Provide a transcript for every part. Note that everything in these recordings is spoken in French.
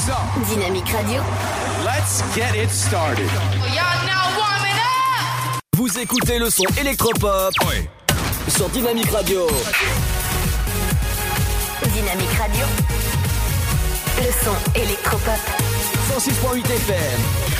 Dynamique Radio. Let's get it started. Y'all now warming up. Vous écoutez le son électropop sur Dynamique Radio. Dynamique Radio. Le son électropop. 106.8 FM.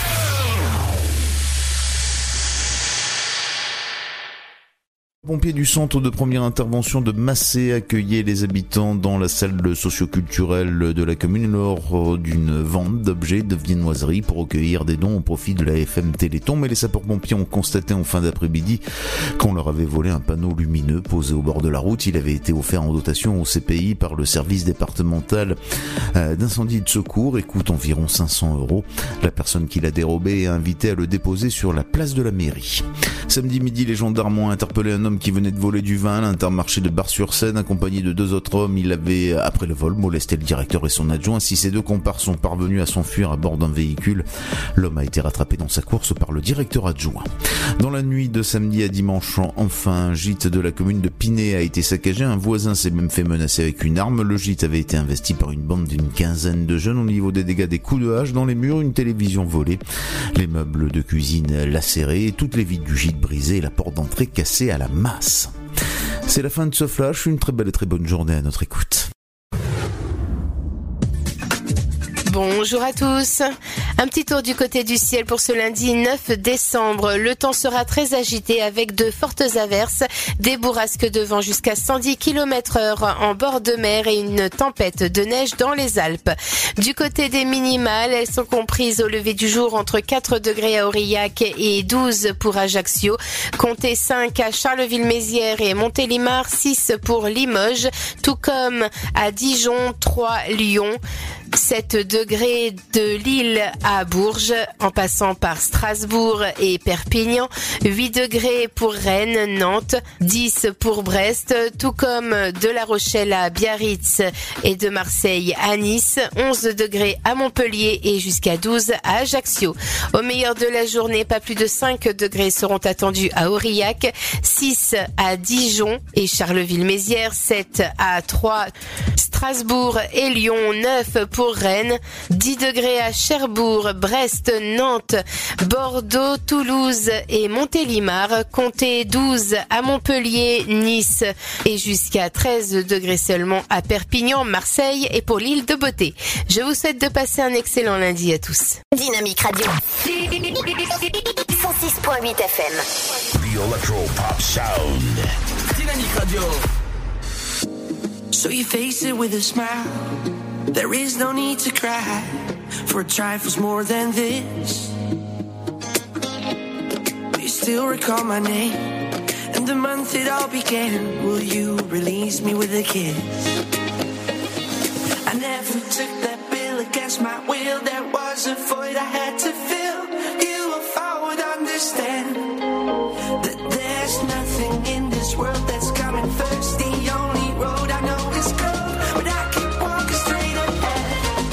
Pompiers du centre de première intervention de Massé accueillaient les habitants dans la salle socio-culturelle de la commune lors d'une vente d'objets de viennoiserie pour recueillir des dons au profit de la FM Téléthon. Mais les sapeurs-pompiers ont constaté en fin d'après-midi qu'on leur avait volé un panneau lumineux posé au bord de la route. Il avait été offert en dotation au CPI par le service départemental d'incendie et de secours et coûte environ 500 €. La personne qui l'a dérobé est invitée à le déposer sur la place de la mairie. Samedi midi, les gendarmes ont interpellé un homme qui venait de voler du vin à l'Intermarché de Bar-sur-Seine, accompagné de 2 autres hommes. Il avait, après le vol, molesté le directeur et son adjoint. Si ces 2 comparses sont parvenus à s'enfuir à bord d'un véhicule, l'homme a été rattrapé dans sa course par le directeur adjoint. Dans la nuit de samedi à dimanche, enfin, un gîte de la commune de Pinet a été saccagé. Un voisin s'est même fait menacer avec une arme. Le gîte avait été investi par une bande d'une quinzaine de jeunes. Au niveau des dégâts, des coups de hache dans les murs, une télévision volée, les meubles de cuisine lacérés, toutes les vitres du gîte brisées et la porte d'entrée cassée à la masse. C'est la fin de ce flash, une très belle et très bonne journée à notre écoute. Bonjour à tous. Un petit tour du côté du ciel pour ce lundi 9 décembre. Le temps sera très agité avec de fortes averses, des bourrasques de vent jusqu'à 110 km/h en bord de mer et une tempête de neige dans les Alpes. Du côté des minimales, elles sont comprises au lever du jour entre 4 degrés à Aurillac et 12 pour Ajaccio. Comptez 5 à Charleville-Mézières et Montélimar, 6 pour Limoges, tout comme à Dijon, 3 Lyon. 7 degrés de Lille à Bourges, en passant par Strasbourg et Perpignan, 8 degrés pour Rennes, Nantes, 10 pour Brest, tout comme de La Rochelle à Biarritz et de Marseille à Nice, 11 degrés à Montpellier et jusqu'à 12 à Ajaccio. Au meilleur de la journée, pas plus de 5 degrés seront attendus à Aurillac, 6 à Dijon et Charleville-Mézières, 7 à Troyes, Strasbourg et Lyon, 9 pour Rennes, 10 degrés à Cherbourg, Brest, Nantes, Bordeaux, Toulouse et Montélimar, comptez 12 à Montpellier, Nice et jusqu'à 13 degrés seulement à Perpignan, Marseille et pour l'île de Beauté. Je vous souhaite de passer un excellent lundi à tous. Dynamique Radio. 106.8 FM. The Electropop Sound. Dynamique Radio. So you face it with a smile. There is no need to cry for trifles more than this. You still recall my name and the month it all began. Will you release me with a kiss? I never took that bill against my will. There was a void I had to fill. You, if I would understand that there's nothing in this world that's coming first. The only road I know is growth, but I keep walking straight ahead.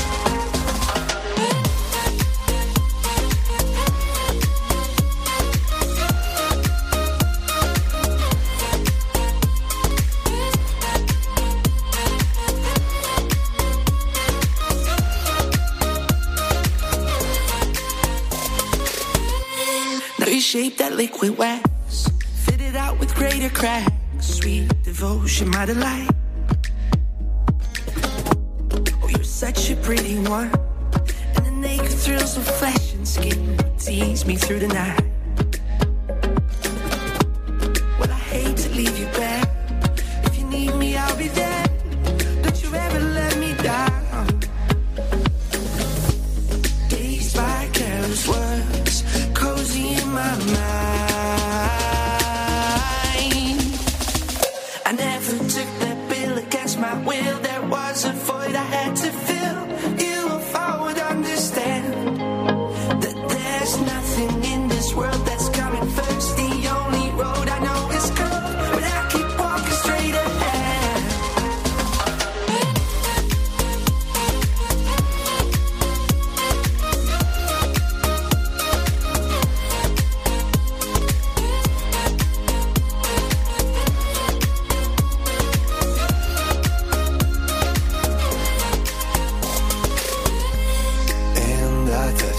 Now you shape that liquid wax, fit it out with greater cracks. Sweet devotion, my delight. Oh, you're such a pretty one, and the naked thrills of flesh and skin tease me through the night. Well, I hate to leave you back. If you need me, I'll be there. Don't you ever let me down. Dazed by careless words, cozy in my mind. I never took that bill against my will. There was a void I had to fill. You, if I would understand that there's nothing in this world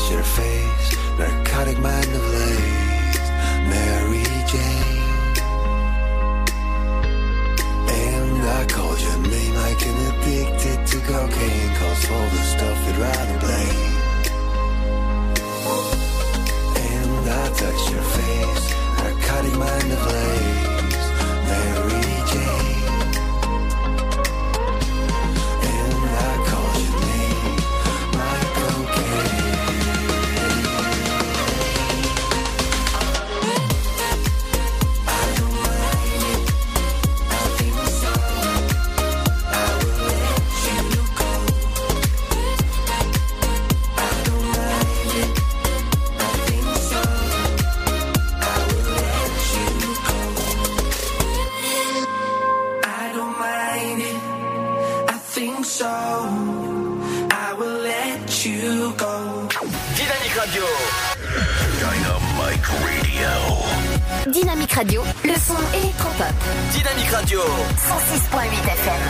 touch your face, narcotic mind of lace, Mary Jane. And I called your name like an addicted to cocaine, calls all the stuff you'd rather blame. And I touch your face, narcotic mind of lace, Mary Jane. And I called your name like cocaine. I don't mind it, I think so. I will let you go. I don't mind it, I think so. I will let you go. I don't mind it, I think so. I will let you go. Dynamique Radio. Dynamic Radio. Dynamique Radio, le son électropop. Dynamique Radio. 106.8 FM.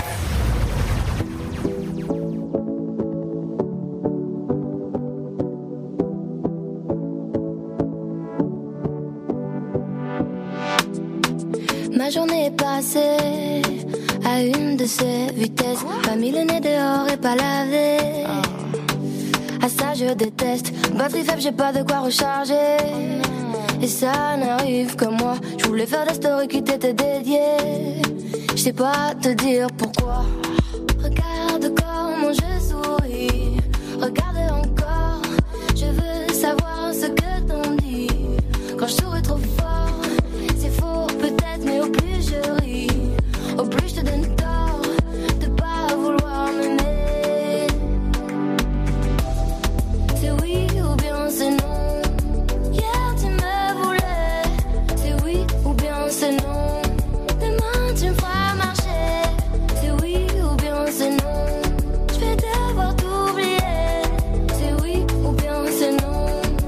Ma journée est passée à une de ces vitesses. Pas mis le nez dehors et pas lavé. À ça je déteste. Batterie faible, j'ai pas de quoi recharger. Et ça n'arrive que moi. Je voulais faire des stories qui t'étaient dédiées. Je sais pas te dire pourquoi. Regarde comment je souris. Regarde encore. Je veux savoir ce que t'en dis. Quand je souris trop fort, c'est faux peut-être, mais au plus je ris, au plus je te donne tort de pas vouloir m'aimer. C'est oui ou bien c'est non. Hier tu me voulais. C'est oui ou bien c'est non. Demain tu me feras marcher. C'est oui ou bien c'est non. Je vais devoir t'oublier. C'est oui ou bien c'est non.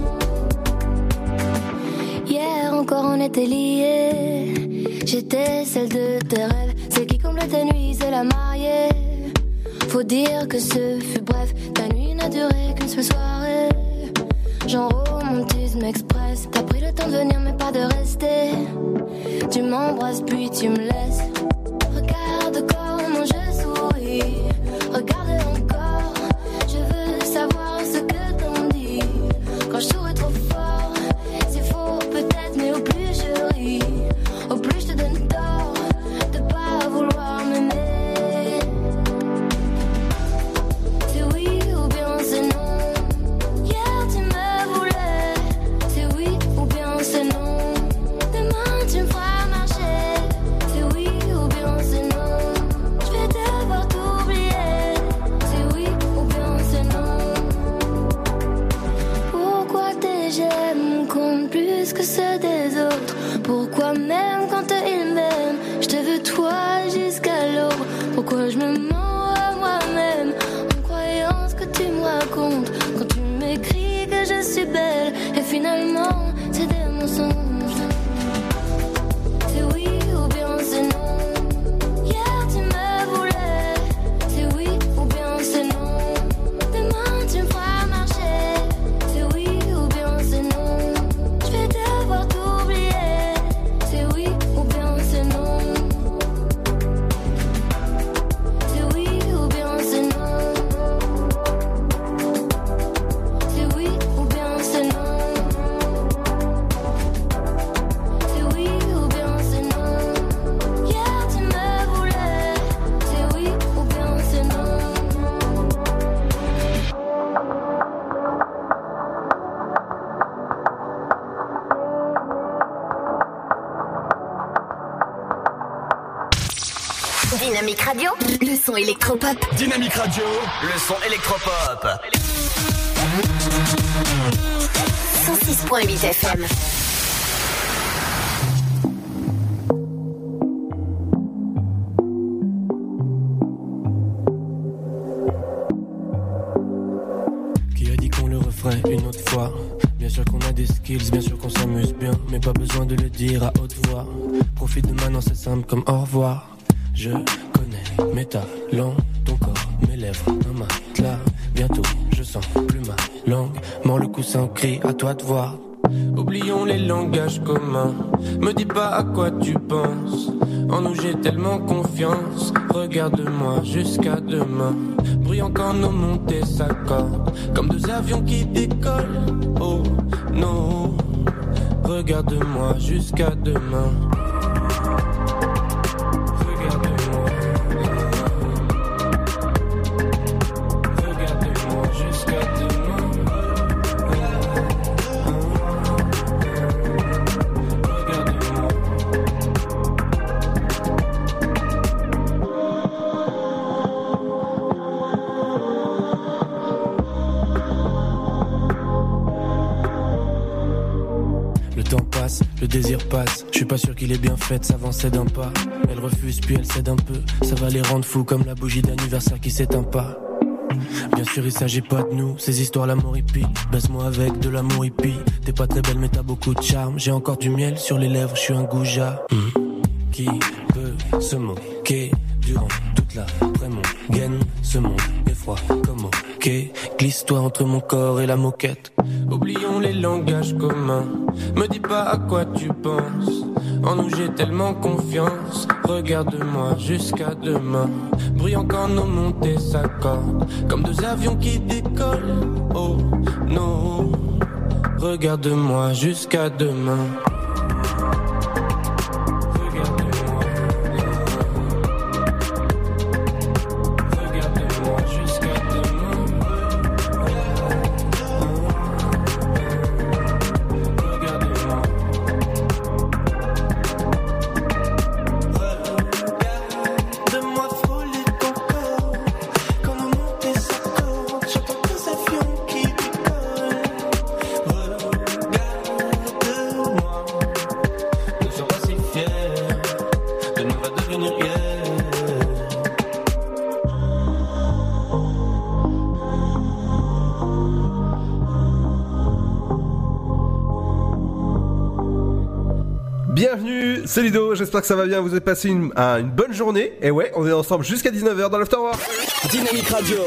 Hier encore on était liés. J'étais celle de tes rêves, celle qui comble tes nuits, c'est la mariée. Faut dire que ce fut bref, ta nuit n'a duré qu'une seule soirée. Genre romantisme express, t'as pris le temps de venir mais pas de rester. Tu m'embrasses puis tu me laisses. Regarde comment je souris, regarde encore. Je veux savoir ce que t'en dis. Quand je souris trop fort, c'est faux peut-être, mais au plus je ris, au plus je te donne tort de pas vouloir m'aimer. C'est oui ou bien c'est non. Hier tu me voulais. C'est oui ou bien c'est non. Demain tu me feras marcher. C'est oui ou bien c'est non. Je vais devoir t'oublier. C'est oui ou bien c'est non. Pourquoi tes j'aime comptent plus que ceux des autres? Pourquoi même quand ils m'aiment, je te veux toi jusqu'à l'aube? Pourquoi je me mens à moi-même en croyant ce que tu me racontes? Quand tu m'écris que je suis belle et finalement c'est des mensonges. C'est oui ou bien c'est non. Hier tu me voulais. C'est oui ou bien c'est non. Demain tu me feras marcher. C'est oui ou bien c'est non. Je vais devoir t'oublier. C'est oui ou bien c'est non. C'est oui ou bien c'est non. C'est oui ou bien c'est non. C'est oui ou bien c'est non. Hier tu me voulais. C'est oui ou bien c'est non. Dynamique Radio, le son électropop. Dynamique Radio. Le son électropop. 106.8 FM. Qui a dit qu'on le referait une autre fois? Bien sûr qu'on a des skills, bien sûr qu'on s'amuse bien, mais pas besoin de le dire à haute voix. Profite de maintenant, c'est simple comme au revoir. Je connais mes talents, ton corps, mes lèvres, un matelas. Bientôt, je sens plus ma langue, mord le coussin, crie, à toi de voir. Oublions les langages communs. Me dis pas à quoi tu penses. En nous j'ai tellement confiance. Regarde-moi jusqu'à demain. Brillant quand nos montées s'accordent. Comme deux avions qui décollent. Oh non. Regarde-moi jusqu'à demain. Le désir passe, je suis pas sûr qu'il est bien fait de s'avancer d'un pas. Elle refuse puis elle cède un peu, ça va les rendre fous comme la bougie d'anniversaire qui s'éteint pas. Bien sûr il s'agit pas de nous, ces histoires l'amour hippie. Baisse-moi avec de l'amour hippie. T'es pas très belle mais t'as beaucoup de charme. J'ai encore du miel sur les lèvres, je suis un goujat. Qui peut se moquer durant toute l'après-midi? Gaine ce monde effroi comme ok. Glisse-toi entre mon corps et la moquette. Oublions les langages communs. Me dis pas à quoi tu penses. En nous j'ai tellement confiance. Regarde-moi jusqu'à demain. Brillant quand nos montées s'accordent. Comme deux avions qui décollent. Oh non. Regarde-moi jusqu'à demain. Bienvenue, c'est Ludo, j'espère que ça va bien, vous avez passé une bonne journée. Et ouais, on est ensemble jusqu'à 19h dans l'Afterwork. Dynamique Radio.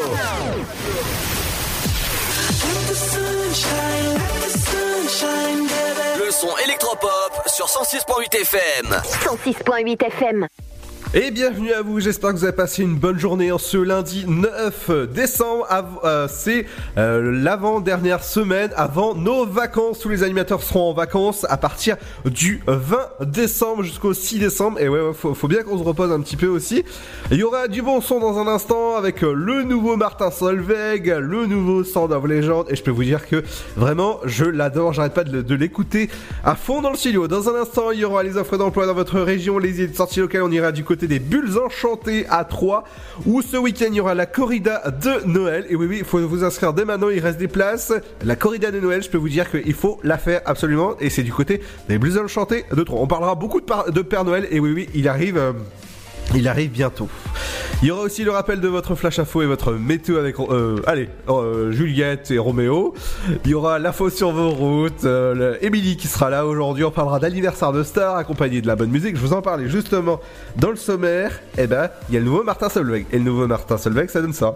Le son électropop sur 106.8 FM. 106.8 FM. Et bienvenue à vous, j'espère que vous avez passé une bonne journée en ce lundi 9 décembre. C'est l'avant-dernière semaine avant nos vacances. Tous les animateurs seront en vacances à partir du 20 décembre jusqu'au 6 décembre. Et ouais, faut bien qu'on se repose un petit peu aussi. Il y aura du bon son dans un instant avec le nouveau Martin Solveig, le nouveau Sound of Legend. Et je peux vous dire que vraiment, je l'adore, j'arrête pas de l'écouter à fond dans le studio. Dans un instant, il y aura les offres d'emploi dans votre région, les idées de sortie locales, on ira du côté des Bulles Enchantées à Troyes, où ce week-end il y aura la corrida de Noël. Et oui, il faut vous inscrire dès maintenant, il reste des places. La corrida de Noël, je peux vous dire qu'il faut la faire absolument, et c'est du côté des Bulles Enchantées de Troyes. On parlera beaucoup de Père Noël, et oui, il arrive bientôt. Il y aura aussi le rappel de votre flash info et votre météo avec Juliette et Roméo. Il y aura l'info sur vos routes, Émilie qui sera là aujourd'hui. On parlera d'anniversaire de star accompagné de la bonne musique. Je vous en parlais justement dans le sommaire. Eh ben, il y a le nouveau Martin Solveig. Et le nouveau Martin Solveig, ça donne ça.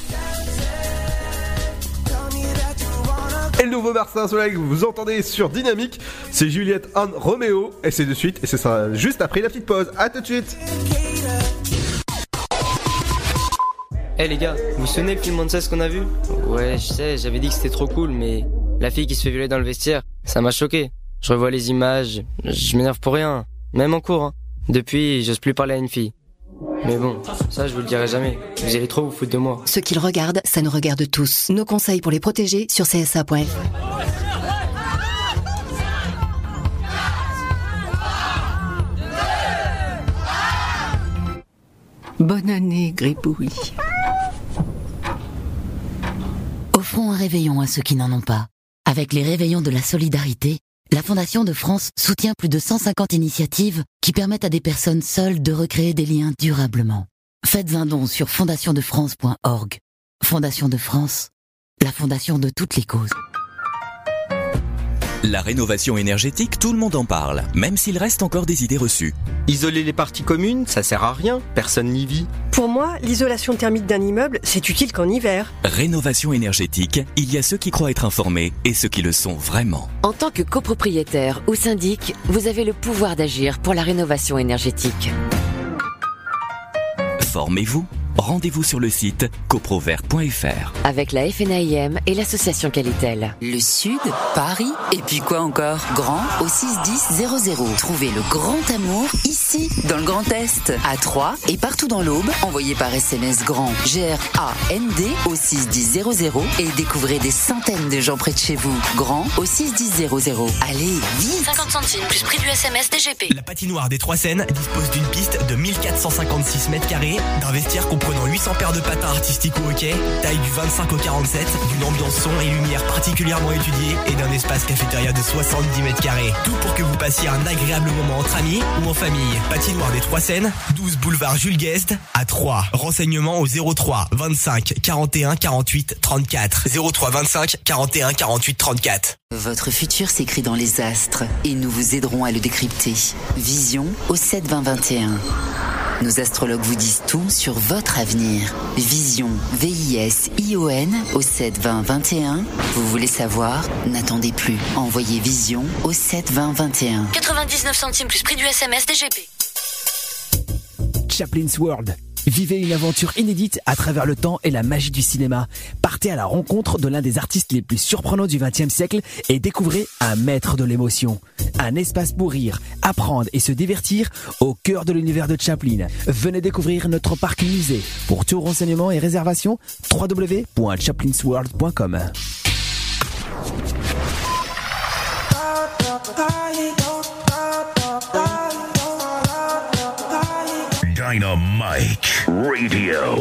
Et le nouveau Martin Solveig, vous entendez sur Dynamique, c'est Juliette and Roméo. Et c'est de suite, et ce sera juste après la petite pause. À tout de suite. Eh les gars, vous vous souvenez le film Monsters qu'on a vu? Ouais, je sais, j'avais dit que c'était trop cool, mais la fille qui se fait violer dans le vestiaire, ça m'a choqué. Je revois les images, je m'énerve pour rien, même en cours. Depuis, j'ose plus parler à une fille. Mais bon, ça je vous le dirai jamais. Vous allez trop vous foutre de moi. Ce qu'ils regardent, ça nous regarde tous. Nos conseils pour les protéger sur csa.fr. Bonne année, Gribouille. Offrons un réveillon à ceux qui n'en ont pas. Avec les réveillons de la solidarité, la Fondation de France soutient plus de 150 initiatives qui permettent à des personnes seules de recréer des liens durablement. Faites un don sur fondationdefrance.org. Fondation de France, la fondation de toutes les causes. La rénovation énergétique, tout le monde en parle, même s'il reste encore des idées reçues. Isoler les parties communes, ça sert à rien, personne n'y vit. Pour moi, l'isolation thermique d'un immeuble, c'est utile qu'en hiver. Rénovation énergétique, il y a ceux qui croient être informés et ceux qui le sont vraiment. En tant que copropriétaire ou syndic, vous avez le pouvoir d'agir pour la rénovation énergétique. Formez-vous. Rendez-vous sur le site coprovert.fr. Avec la FNAIM et l'association Qualitel. Le Sud, Paris, et puis quoi encore? Grand au 61000. Trouvez le grand amour ici, dans le Grand Est, à Troyes et partout dans l'Aube. Envoyez par SMS GRAND, G-R-A-N-D au 61000 et découvrez des centaines de gens près de chez vous. Grand au 61000. Allez, vite! 50 centimes plus prix du SMS DGP. La patinoire des Trois Seines dispose d'une piste de 1456 mètres carrés, d'un vestiaire comprenant 800 paires de patins artistiques ou hockey, taille du 25 au 47, d'une ambiance son et lumière particulièrement étudiée et d'un espace cafétéria de 70 mètres carrés. Tout pour que vous passiez un agréable moment entre amis ou en famille. Patinoire des Trois Seines, 12 boulevard Jules Guest à Troyes. Renseignements au 03 25 41 48 34. 03 25 41 48 34. Votre futur s'écrit dans les astres et nous vous aiderons à le décrypter. Vision au 7 20 21. Nos astrologues vous disent tout sur votre avenir. Vision, V-I-S-I-O-N au 7 20 21. Vous voulez savoir? N'attendez plus. Envoyez Vision au 7 20 21. 99 centimes plus prix du SMS DGP. Chaplin's World. Vivez une aventure inédite à travers le temps et la magie du cinéma. Partez à la rencontre de l'un des artistes les plus surprenants du XXe siècle et découvrez un maître de l'émotion. Un espace pour rire, apprendre et se divertir au cœur de l'univers de Chaplin. Venez découvrir notre parc musée. Pour tout renseignement et réservation, www.chaplinsworld.com. Dynamite Radio.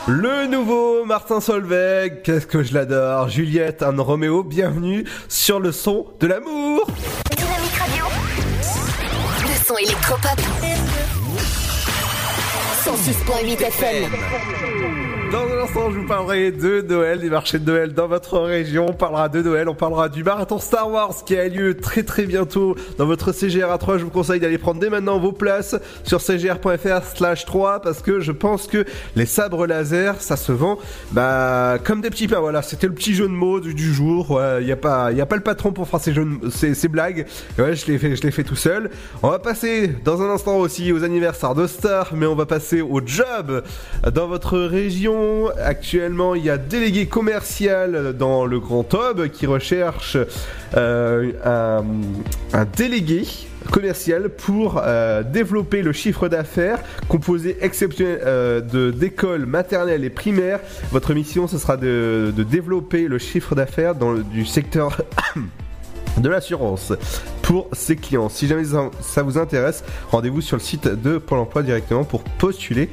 Le nouveau Martin Solveig, qu'est-ce que je l'adore. Juliette, Anne Roméo, bienvenue sur le son de l'amour. Dynamique Radio. Le son électropop. 106.8 FM. Dans un instant, je vous parlerai de Noël, des marchés de Noël dans votre région. On parlera de Noël, on parlera du marathon Star Wars qui a lieu très très bientôt dans votre CGR à 3. Je vous conseille d'aller prendre dès maintenant vos places sur cgr.fr/3 parce que je pense que les sabres laser, ça se vend comme des petits pains. Voilà, c'était le petit jeu de mots du jour. Il y a pas le patron pour faire ces blagues. Ouais, je l'ai fait tout seul. On va passer dans un instant aussi aux anniversaires de stars, mais on va passer au job dans votre région. Actuellement, il y a délégué commercial dans le Grand Aube qui recherche un délégué commercial pour développer le chiffre d'affaires composé exceptionnel d'écoles maternelles et primaires. Votre mission, ce sera de développer le chiffre d'affaires du secteur de l'assurance pour ses clients. Si jamais ça vous intéresse, rendez-vous sur le site de Pôle emploi directement pour postuler.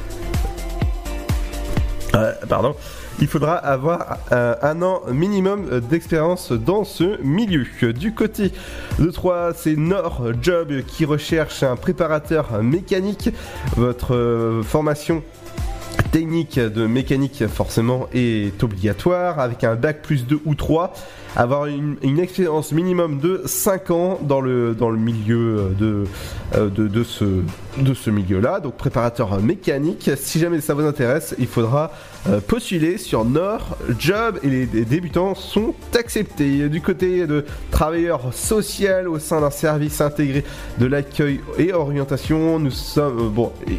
Il faudra avoir un an minimum d'expérience dans ce milieu. Du côté de Troyes, c'est Nord Job qui recherche un préparateur mécanique. Votre formation technique de mécanique forcément est obligatoire avec un bac plus 2 ou 3. Avoir une expérience minimum de 5 ans dans le milieu de ce milieu-là, donc préparateur mécanique. Si jamais ça vous intéresse, il faudra postuler sur Nord Job et les débutants sont acceptés. Du côté de travailleurs social au sein d'un service intégré de l'accueil et orientation, nous sommes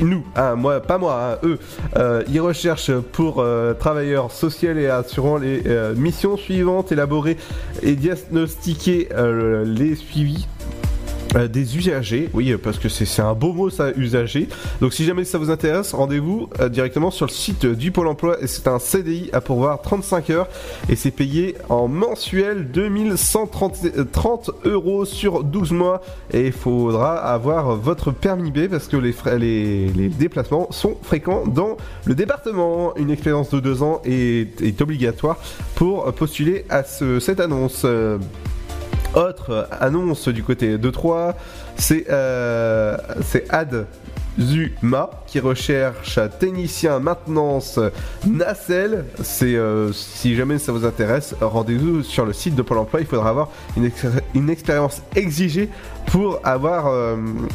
eux, ils recherchent pour travailleurs social et assurant les missions suivantes: élaborer et diagnostiquer les suivis des usagers. Oui, parce que c'est un beau mot ça, usager. Donc si jamais ça vous intéresse, rendez-vous directement sur le site du Pôle emploi et c'est un CDI à pourvoir 35 heures et c'est payé en mensuel 2130 € sur 12 mois et il faudra avoir votre permis B parce que les déplacements sont fréquents dans le département. Une expérience de 2 ans est obligatoire pour postuler à cette annonce. Autre annonce du côté de Troyes, c'est Adzuma qui recherche un technicien maintenance nacelle. Si jamais ça vous intéresse, rendez-vous sur le site de Pôle emploi. Il faudra avoir une expérience exigée pour avoir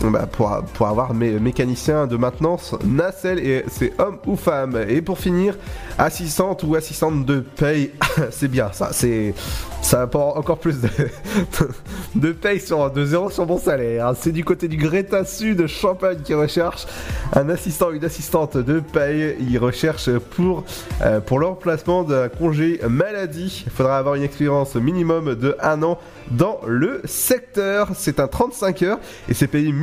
mécanicien de maintenance nacelle et c'est homme ou femme. Et pour finir, assistante ou assistante de paye, c'est bien ça apporte encore plus de paye de 0 sur mon salaire. C'est du côté du Greta Sud Champagne qui recherche un assistant ou une assistante de paye. Il recherche pour l'emplacement d'un congé maladie. Il faudra avoir une expérience minimum de 1 an dans le secteur. C'est un 35 heures et c'est payé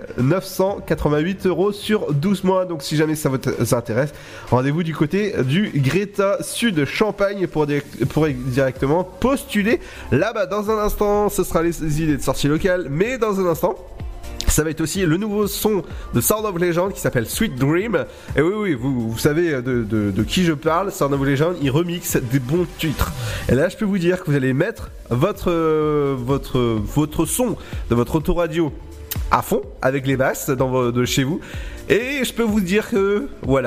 1988 € sur 12 mois. Donc si jamais ça vous intéresse, rendez-vous du côté du Greta Sud Champagne pour directement postuler là-bas. Dans un instant, ce sera les idées de sortie locale, mais dans un instant, ça va être aussi le nouveau son de Sound of Legend qui s'appelle Sweet Dream. Et oui, vous savez de qui je parle. Sound of Legend, il remixe des bons titres. Et là, je peux vous dire que vous allez mettre votre son de votre autoradio à fond avec les basses de chez vous. Et je peux vous dire que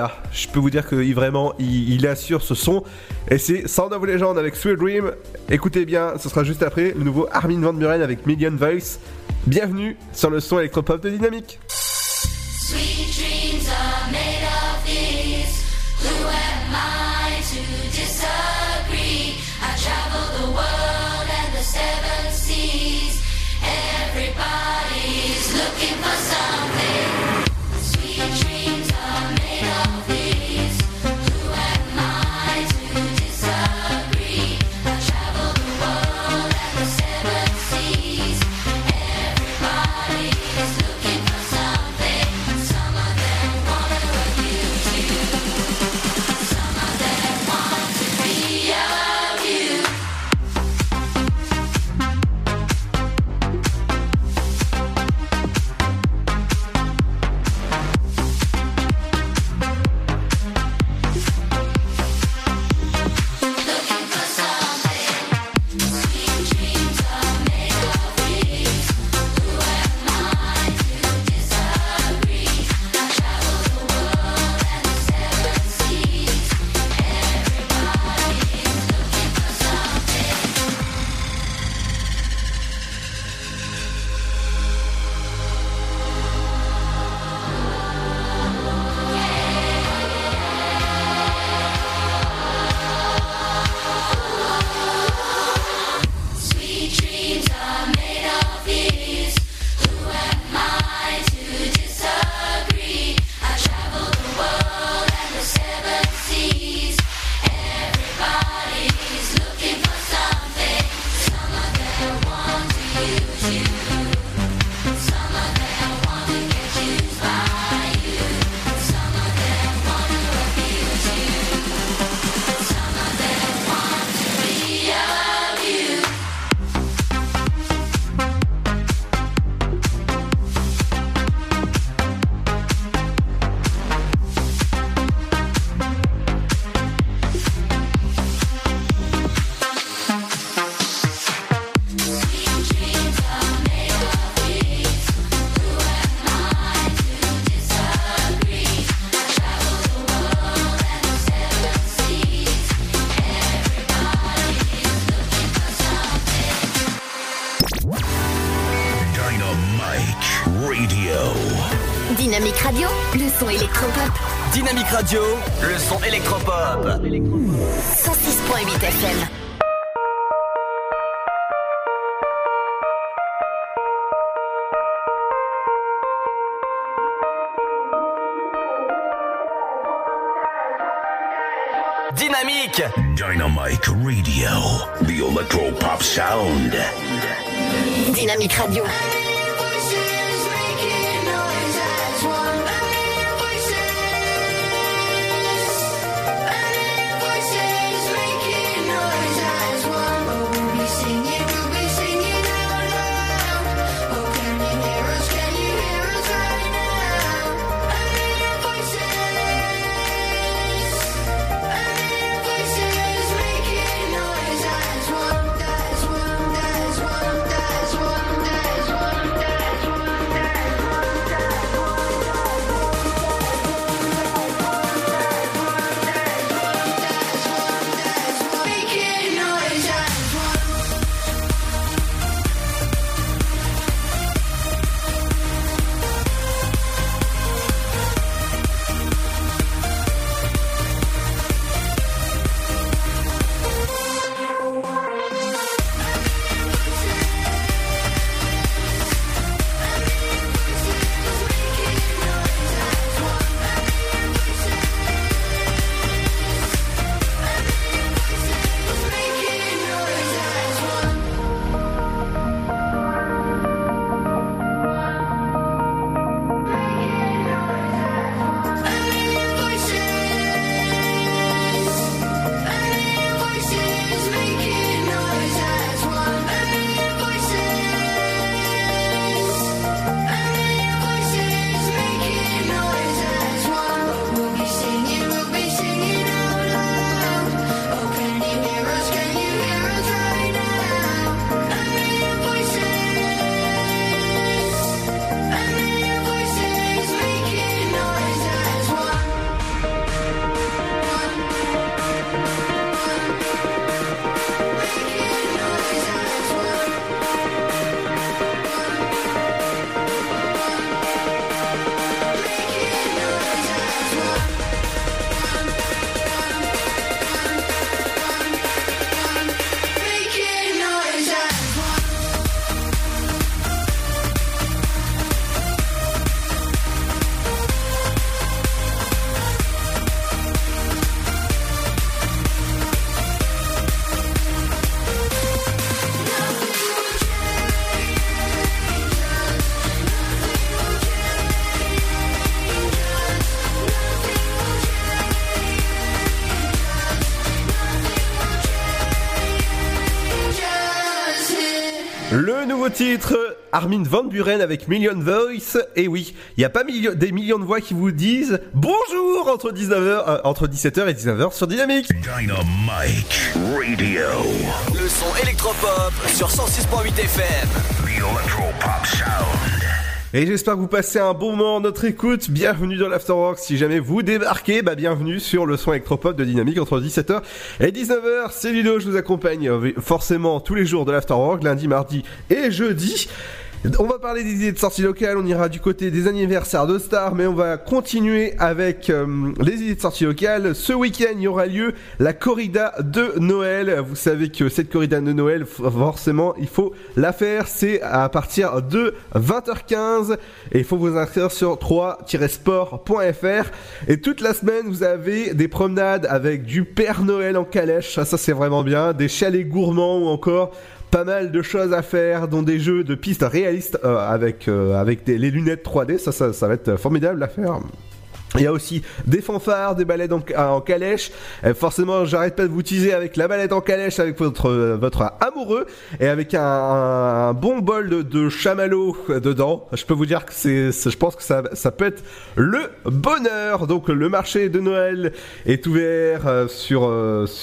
vraiment il assure ce son. Et c'est Sound of Legend avec Sweet Dream. Écoutez bien, ce sera juste après le nouveau Armin van Buuren avec Million Voice. Bienvenue sur le son électropop de Dynamique. Sweet dreams are made of these. Who am I to disagree? I travel the world and the 7 seas. Everybody's looking for something. Sweet dreams are made of these. Who am I to disagree? I travel the world and the 7 seas. Everybody's looking for something. Some of them wanna abuse you. Some of them want to be of you. Dynamique Radio, le son électropop. Dynamique Radio, le son électropop. 106.8 FM. Dynamique Dynamic Radio, the electro-pop sound. Dynamique Radio. Le nouveau titre, Armin van Buuren avec Million Voice. Et oui, il n'y a pas des millions de voix qui vous disent bonjour entre 17h et 19h sur Dynamique. Dynamic Radio. Le son électropop sur 106.8 FM. The electro-pop sound. Et j'espère que vous passez un bon moment à notre écoute. Bienvenue dans l'Afterwork. Si jamais vous débarquez, bienvenue sur le son électropop de Dynamique entre 17h et 19h. C'est Ludo, je vous accompagne forcément tous les jours de l'Afterwork, lundi, mardi et jeudi. On va parler des idées de sorties locales, on ira du côté des anniversaires de stars, mais on va continuer avec les idées de sorties locales. Ce week-end, il y aura lieu la corrida de Noël. Vous savez que cette corrida de Noël, forcément, il faut la faire. C'est à partir de 20h15 et il faut vous inscrire sur 3-sport.fr. Et toute la semaine, vous avez des promenades avec du Père Noël en calèche. Ça c'est vraiment bien. Des chalets gourmands ou encore pas mal de choses à faire, dont des jeux de pistes réalistes avec les lunettes 3D, ça va être formidable à faire. Il y a aussi des fanfares, des ballettes en calèche. Forcément, j'arrête pas de vous teaser avec la balette en calèche avec votre amoureux et avec un bon bol de chamallow dedans. Je peux vous dire que je pense que ça peut être le bonheur. Donc le marché de Noël est ouvert sur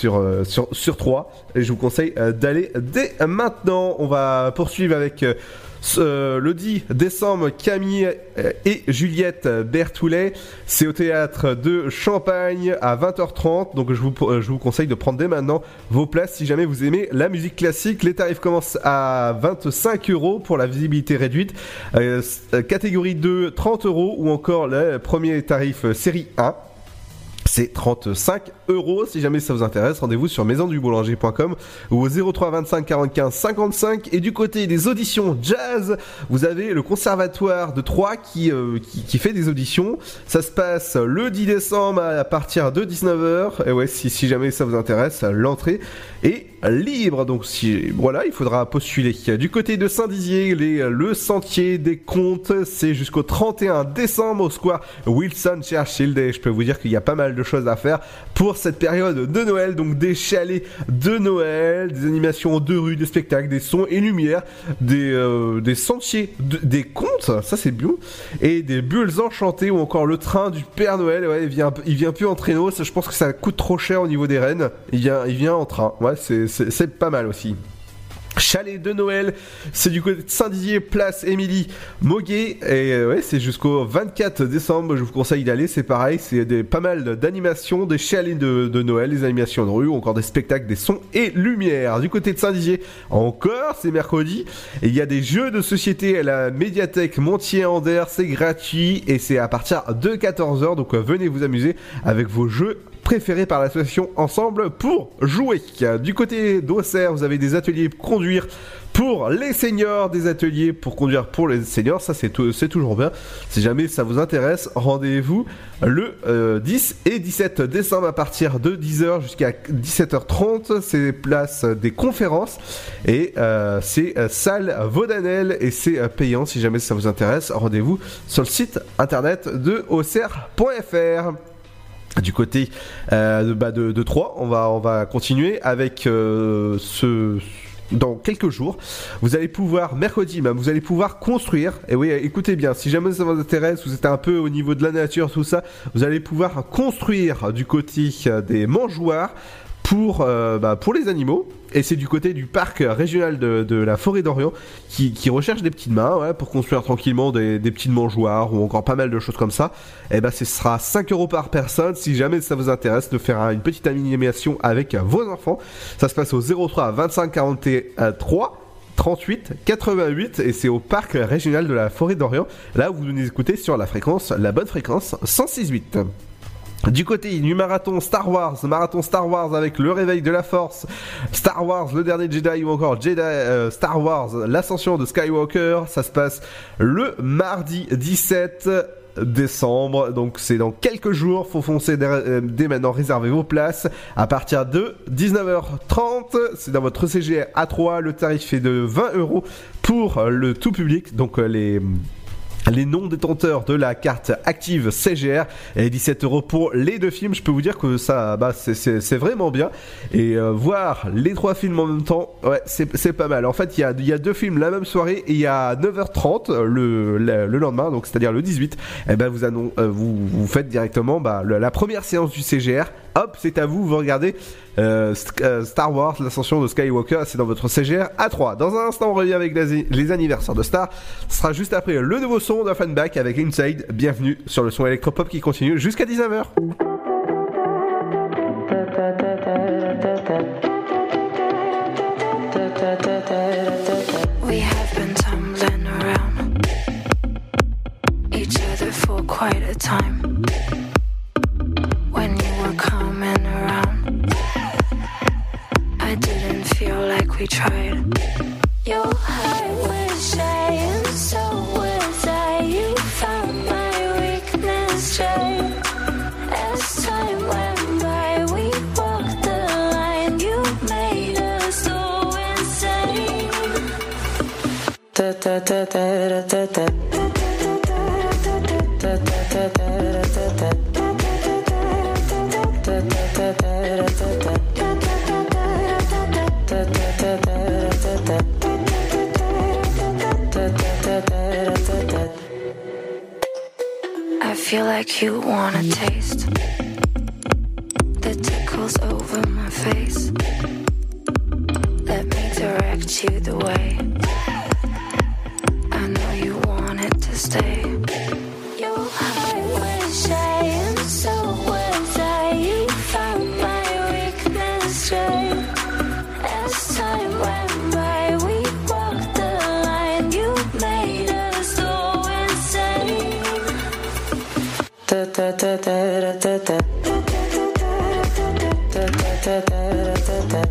3 et je vous conseille d'aller dès maintenant. On va poursuivre avec Le 10 décembre, Camille et Juliette Bertoulet, c'est au théâtre de Champagne à 20h30. Donc je vous conseille de prendre dès maintenant vos places si jamais vous aimez la musique classique. Les tarifs commencent à 25€ pour la visibilité réduite. Catégorie 2, 30€ ou encore le premier tarif série 1. C'est 35€. Si jamais ça vous intéresse, rendez-vous sur maisonduboulanger.com ou au 03 25 45 55. Et du côté des auditions jazz, vous avez le Conservatoire de Troyes qui fait des auditions. Ça se passe le 10 décembre à partir de 19h. Et ouais, si jamais ça vous intéresse, l'entrée est libre. Donc voilà, il faudra postuler. Du côté de Saint-Dizier, le Sentier des Contes, c'est jusqu'au 31 décembre au square Wilson Churchill. Et je peux vous dire qu'il y a pas mal de choses à faire pour cette période de Noël. Donc des chalets de Noël, des animations de rue, des spectacles, des sons et lumières, des sentiers, des contes, ça c'est bien, et des bulles enchantées ou encore le train du Père Noël. Ouais, il vient plus en traîneau. Ça, je pense que ça coûte trop cher au niveau des rennes. Il vient en train. Ouais, c'est pas mal aussi. Chalet de Noël, c'est du côté de Saint-Dizier, place Émilie Moguet, et ouais, c'est jusqu'au 24 décembre. Je vous conseille d'aller, c'est pareil, c'est pas mal d'animations, des chalets de Noël, des animations de rue, ou encore des spectacles, des sons et lumières. Du côté de Saint-Dizier, encore, c'est mercredi, et il y a des jeux de société à la médiathèque Montier-Anders, c'est gratuit, et c'est à partir de 14h, donc venez vous amuser avec vos jeux préférés par l'association Ensemble pour jouer. Du côté d'Auxerre, vous avez des ateliers conduire pour les seniors, des ateliers pour conduire pour les seniors. Ça c'est toujours bien. Si jamais ça vous intéresse, rendez-vous le 10 et 17 décembre à partir de 10h jusqu'à 17h30. C'est place des conférences et c'est salle Vaudanel et c'est payant. Si jamais ça vous intéresse, rendez-vous sur le site internet de auxerre.fr. Du côté de Troyes, on va continuer avec dans quelques jours, vous allez pouvoir, mercredi même, vous allez pouvoir construire, et oui, écoutez bien, si jamais ça vous intéresse, vous êtes un peu au niveau de la nature, tout ça, vous allez pouvoir construire du côté des mangeoires pour les animaux. Et c'est du côté du parc régional de la forêt d'Orient qui recherche des petites mains, ouais, pour construire tranquillement des petites mangeoires ou encore pas mal de choses comme ça. Et ce sera 5€ par personne si jamais ça vous intéresse de faire une petite animation avec vos enfants. Ça se passe au 03 25 43 38 88 et c'est au parc régional de la forêt d'Orient. Là vous nous écoutez sur la bonne fréquence 106.8. Du côté du marathon Star Wars avec le réveil de la Force, Star Wars le dernier Jedi ou encore Star Wars l'ascension de Skywalker, ça se passe le mardi 17 décembre, donc c'est dans quelques jours. Faut foncer dès maintenant, réservez vos places à partir de 19h30. C'est dans votre CGR A3, le tarif est de 20€ pour le tout public, donc les non-détenteurs de la carte active CGR et 17€ pour les 2 films. Je peux vous dire que ça, c'est vraiment bien. Et voir les 3 films en même temps, ouais, c'est pas mal. En fait, il y a 2 films la même soirée et il y a 9h30 le lendemain, donc c'est-à-dire le 18. Et vous faites directement la première séance du CGR. Hop, c'est à vous, vous regardez Star Wars, l'ascension de Skywalker, c'est dans votre CGR A3. Dans un instant, on revient avec les anniversaires de Star. Ce sera juste après le nouveau son d'Offenbach avec Inside. Bienvenue sur le son électropop qui continue jusqu'à 19h. We have been tumbling around each other for quite a time. When you were coming around, I didn't feel like we tried. Your heart was shy and so was I. You found my weakness shy. As time went by, we walked the line. You made us so insane. Da da da da da da da. I feel like you wanna taste the tickles over my face. Let me direct you the way. stay. Your heart was shy and so was I. You found my weakness straight. As time went by, we walked the line. You made us so insane. Da da da da da da. Da da da da da da.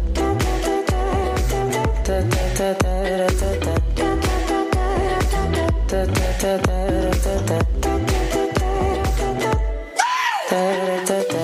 Da da da da da da. Da da da da da da. Da da da.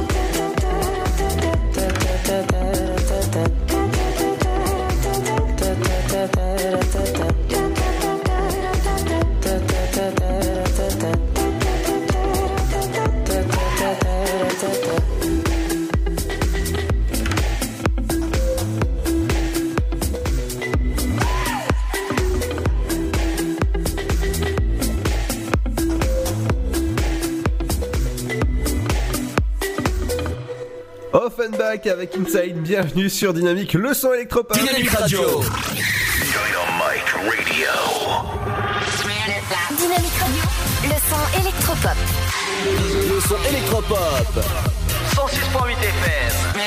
Offenbach avec Inside, bienvenue sur Dynamique, le son électropop. Dynamique Radio. Dynamique Radio. Dynamique Radio, le son électropop. Le son électropop. 106.8 FM.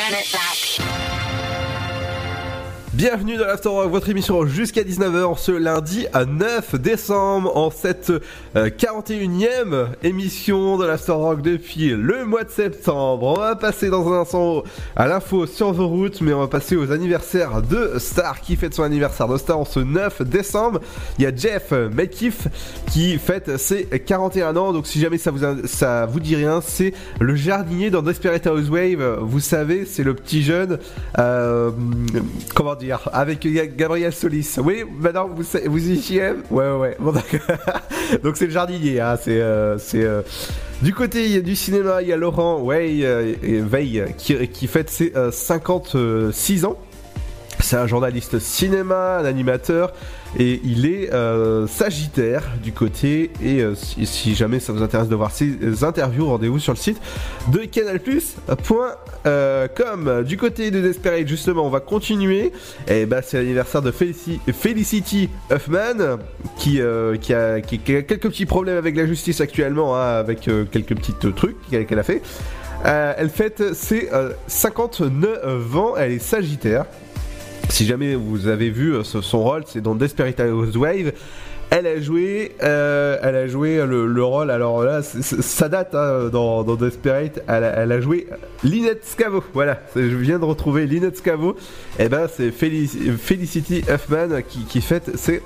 Bienvenue dans l'After Rock, votre émission jusqu'à 19h ce lundi à 9 décembre en cette 41e émission de l'After Rock depuis le mois de septembre. On va passer dans un instant à l'info sur The Route, mais on va passer aux anniversaires de Star qui fête son anniversaire de Star en ce 9 décembre. Il y a Jeff Metcalf qui fête ses 41 ans, donc si jamais ça vous dit rien, c'est le jardinier dans Desperate Housewives. Vous savez, c'est le petit jeune, comment dire, avec Gabriel Solis. Oui, maintenant vous y chiez. Ouais. Bon, d'accord. Donc c'est le jardinier. Hein, c'est du côté du cinéma, il y a Laurent Veil qui fête ses 56 ans. C'est un journaliste cinéma, un animateur, et il est sagittaire du côté. Et si jamais ça vous intéresse de voir ses interviews, rendez-vous sur le site de canalplus.com. Du côté de Desperate, justement, on va continuer. Et c'est l'anniversaire de Felicity Huffman qui a quelques petits problèmes avec la justice actuellement, hein, avec quelques petits trucs qu'elle a fait. Elle fête ses 59 ans. Elle est sagittaire. Si jamais vous avez vu son rôle, c'est dans Desperate Housewives. Elle a joué le rôle. Alors là, ça date, hein, dans Desperate. Elle a joué Lynette Scavo. Voilà, je viens de retrouver Lynette Scavo. Et c'est Felicity Huffman qui fête ses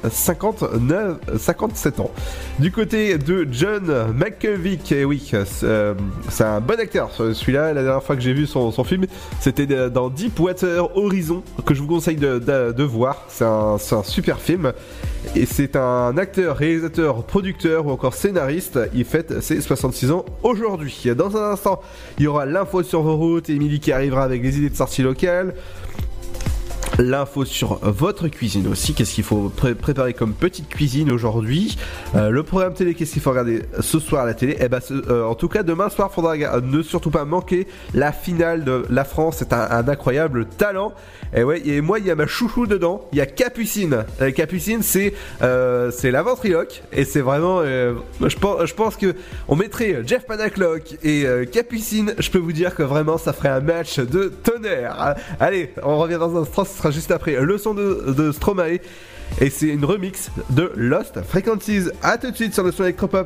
57 ans. Du côté de John Malkovich, et oui, c'est un bon acteur. Celui-là, la dernière fois que j'ai vu son film, c'était dans Deepwater Horizon, que je vous conseille de voir. C'est un super film. Et c'est un acteur, réalisateur, producteur ou encore scénariste. Il fête ses 66 ans aujourd'hui. Dans un instant, il y aura l'info sur vos routes. Émilie qui arrivera avec des idées de sortie locale. L'info sur votre cuisine aussi, qu'est-ce qu'il faut préparer comme petite cuisine aujourd'hui, le programme télé, qu'est-ce qu'il faut regarder ce soir à la télé. En tout cas demain soir, faudra ne surtout pas manquer la finale de la France. C'est un incroyable talent. Et moi il y a ma chouchou dedans, il y a Capucine. Capucine c'est la ventriloque, et c'est vraiment je pense que on mettrait Jeff Panaclock et Capucine. Je peux vous dire que vraiment ça ferait un match de tonnerre. Allez, on revient dans un instant, ce sera juste après le son de Stromae, et c'est une remix de Lost Frequencies. À tout de suite sur le son électropop.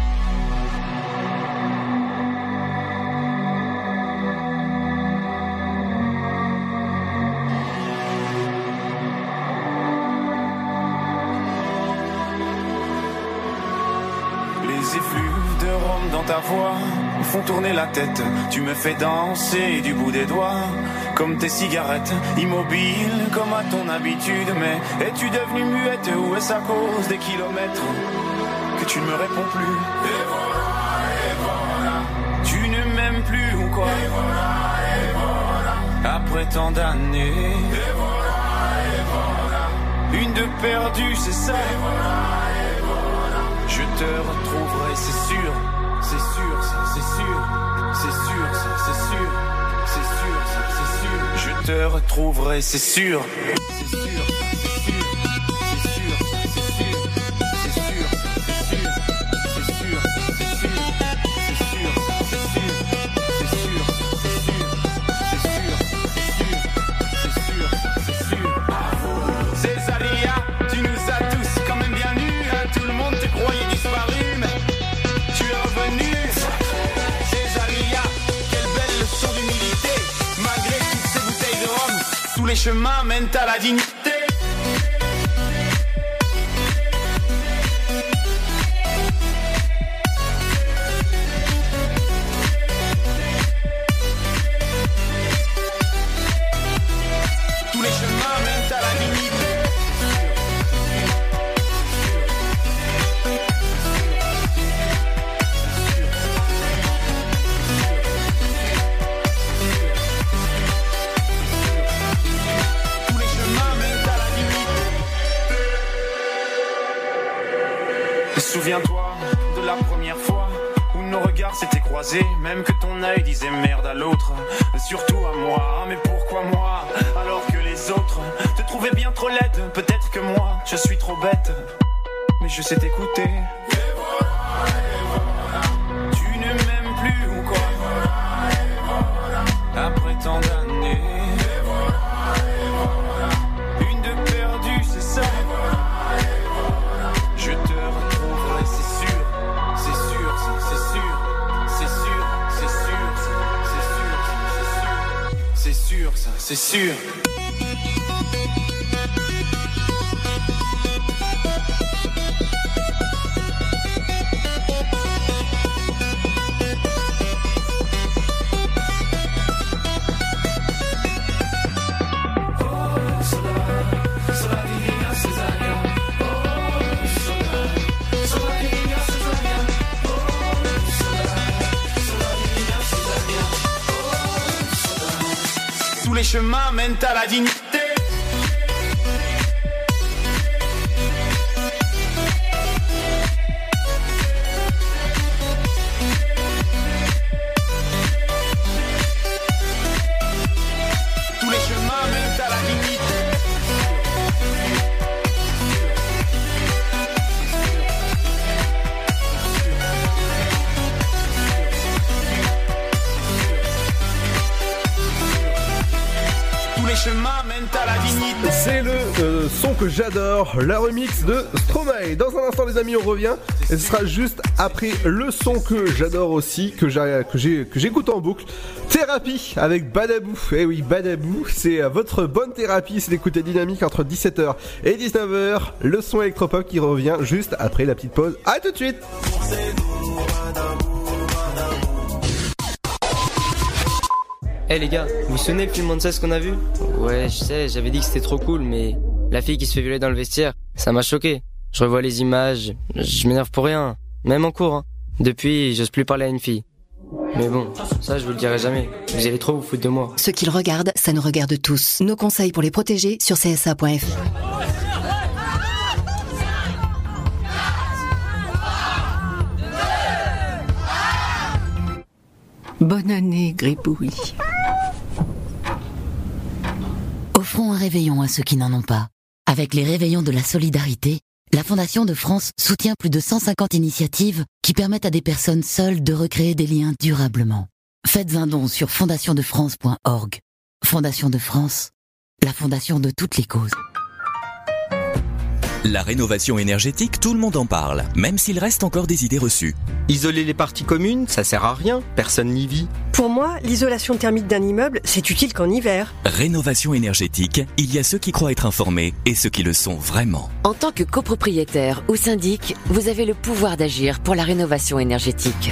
Les effluves de rhum dans ta voix me font tourner la tête. Tu me fais danser du bout des doigts, comme tes cigarettes, immobile comme à ton habitude. Mais es-tu devenue muette ou est-ce à cause des kilomètres que tu ne me réponds plus? Et voilà, tu ne m'aimes plus ou quoi? Et voilà, après tant d'années. Et voilà, une de perdue, c'est ça. Et voilà, je te retrouverai, c'est sûr, ça, c'est sûr, ça, c'est sûr, ça, c'est sûr. Je te retrouverai, c'est sûr, c'est sûr, ça, c'est sûr, c'est sûr, ça, c'est sûr, c'est sûr. les chemins mènent à la dignité. Tous les chemins mènent à la dignité. Souviens-toi de la première fois où nos regards s'étaient croisés, même que ton œil disait merde à l'autre, surtout à moi. Mais pourquoi moi, alors que les autres te trouvaient bien trop laide? Peut-être que moi, je suis trop bête, mais je sais t'écouter. Tu ne m'aimes plus ou quoi? Après tant d'années, une de perdue, c'est ça. Je te retrouverai, c'est sûr, c'est sûr, c'est sûr, c'est sûr, c'est sûr, c'est sûr, ça, c'est sûr. Tous les chemins mènent à la dignité. Tous les chemins mènent à la dignité. Chemin mènent à la dignité. C'est le son que j'adore, la remix de Stromae. Dans un instant les amis, on revient et ce sera juste après le son que j'adore aussi, que j'écoute en boucle, Thérapie avec Badabou. Eh oui, Badabou, c'est votre bonne thérapie, c'est d'écouter Dynamique entre 17h et 19h, le son électropop qui revient juste après la petite pause. À tout de suite. Eh les gars, vous vous souvenez le film Monsters qu'on a vu? Ouais, je sais, j'avais dit que c'était trop cool, mais la fille qui se fait violer dans le vestiaire, ça m'a choqué. Je revois les images, je m'énerve pour rien, même en cours. Hein. Depuis, j'ose plus parler à une fille. Mais bon, ça je vous le dirai jamais. Vous allez trop vous foutre de moi. Ce qu'ils regardent, ça nous regarde tous. Nos conseils pour les protéger sur csa.fr. Bonne année, Gribouille. Offrons un réveillon à ceux qui n'en ont pas. Avec les réveillons de la solidarité, la Fondation de France soutient plus de 150 initiatives qui permettent à des personnes seules de recréer des liens durablement. Faites un don sur fondationdefrance.org. Fondation de France, la fondation de toutes les causes. La rénovation énergétique, tout le monde en parle, même s'il reste encore des idées reçues. Isoler les parties communes, ça sert à rien, personne n'y vit. Pour moi, l'isolation thermique d'un immeuble, c'est utile qu'en hiver. Rénovation énergétique, il y a ceux qui croient être informés et ceux qui le sont vraiment. En tant que copropriétaire ou syndic, vous avez le pouvoir d'agir pour la rénovation énergétique.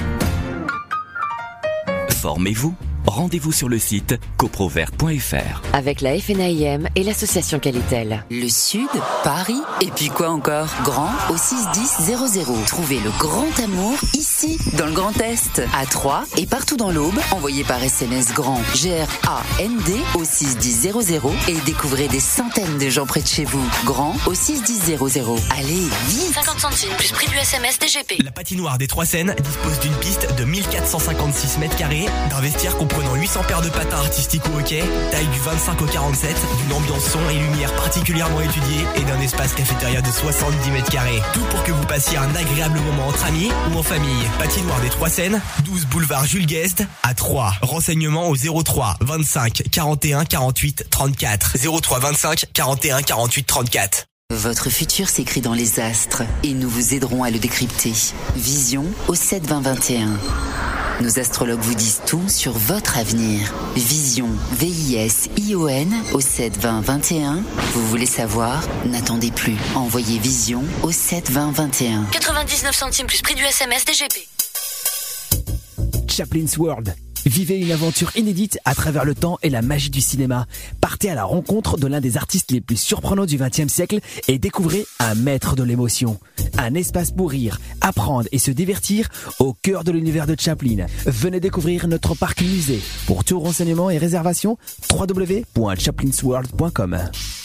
Formez-vous. Rendez-vous sur le site coprovert.fr. Avec la FNAIM et l'association Qualitel. Le Sud, Paris, et puis quoi encore? Grand au 61000. Trouvez le grand amour ici, dans le Grand Est, à Troyes et partout dans l'Aube. Envoyez par SMS GRAND, G-R-A-N-D au 61000 et découvrez des centaines de gens près de chez vous. Grand au 61000. Allez, vite! 50 centimes plus prix du SMS DGP. La patinoire des Trois Seines dispose d'une piste de 1456 mètres carrés, d'un vestiaire comprenant 800 paires de patins artistiques ou hockey, taille du 25 au 47, d'une ambiance son et lumière particulièrement étudiée et d'un espace cafétéria de 70 mètres carrés. Tout pour que vous passiez un agréable moment entre amis ou en famille. Patinoire des Trois Seines, 12 boulevard Jules Guest à Troyes. Renseignements au 03 25 41 48 34. 03 25 41 48 34. Votre futur s'écrit dans les astres et nous vous aiderons à le décrypter. Vision au 7 20 21. Nos astrologues vous disent tout sur votre avenir. Vision, V-I-S-I-O-N au 7 20 21. Vous voulez savoir? N'attendez plus. Envoyez Vision au 7 20 21. 99 centimes plus prix du SMS DGP. Chaplin's World. Vivez une aventure inédite à travers le temps et la magie du cinéma. Partez à la rencontre de l'un des artistes les plus surprenants du XXe siècle et découvrez un maître de l'émotion. Un espace pour rire, apprendre et se divertir au cœur de l'univers de Chaplin. Venez découvrir notre parc musée. Pour tout renseignement et réservation, www.chaplinsworld.com.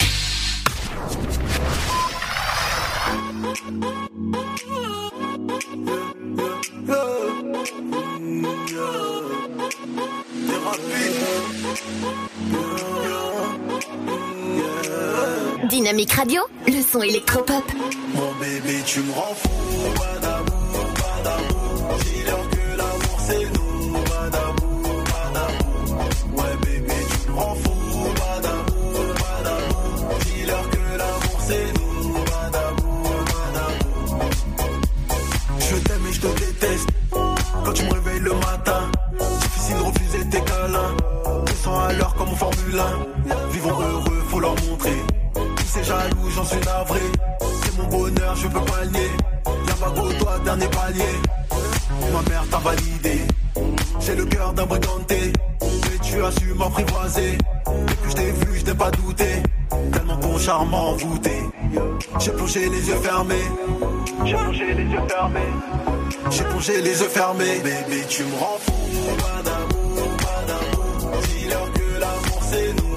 Dynamique Radio, le son électropop. Mon bébé, tu me rends fou, badabou, badabou. Dis-leur que l'amour c'est nous, badabou, badabou. Ouais bébé, tu me rends fou, badabou, badabou. Dis-leur que l'amour c'est nous, badabou, badabou. Je t'aime et je te déteste. Quand tu me réveilles le matin, difficile de refuser tes câlins. 200 à l'heure comme en Formule 1. Vivons heureux, faut leur montrer. C'est jaloux, j'en suis navré. C'est mon bonheur, je peux pas le nier. Y'a pas qu'au toi, dernier palier. Ma mère t'a validé. J'ai le cœur d'un briganté. Mais tu as su m'apprivoiser. Depuis que je t'ai vu, je t'ai pas douté. Tellement ton charme m'a envoûté. J'ai plongé les yeux fermés. J'ai plongé les yeux fermés. J'ai plongé les yeux fermés. Bébé, tu me rends fou. Badabou, badabou. Dis-leur que l'amour c'est nous.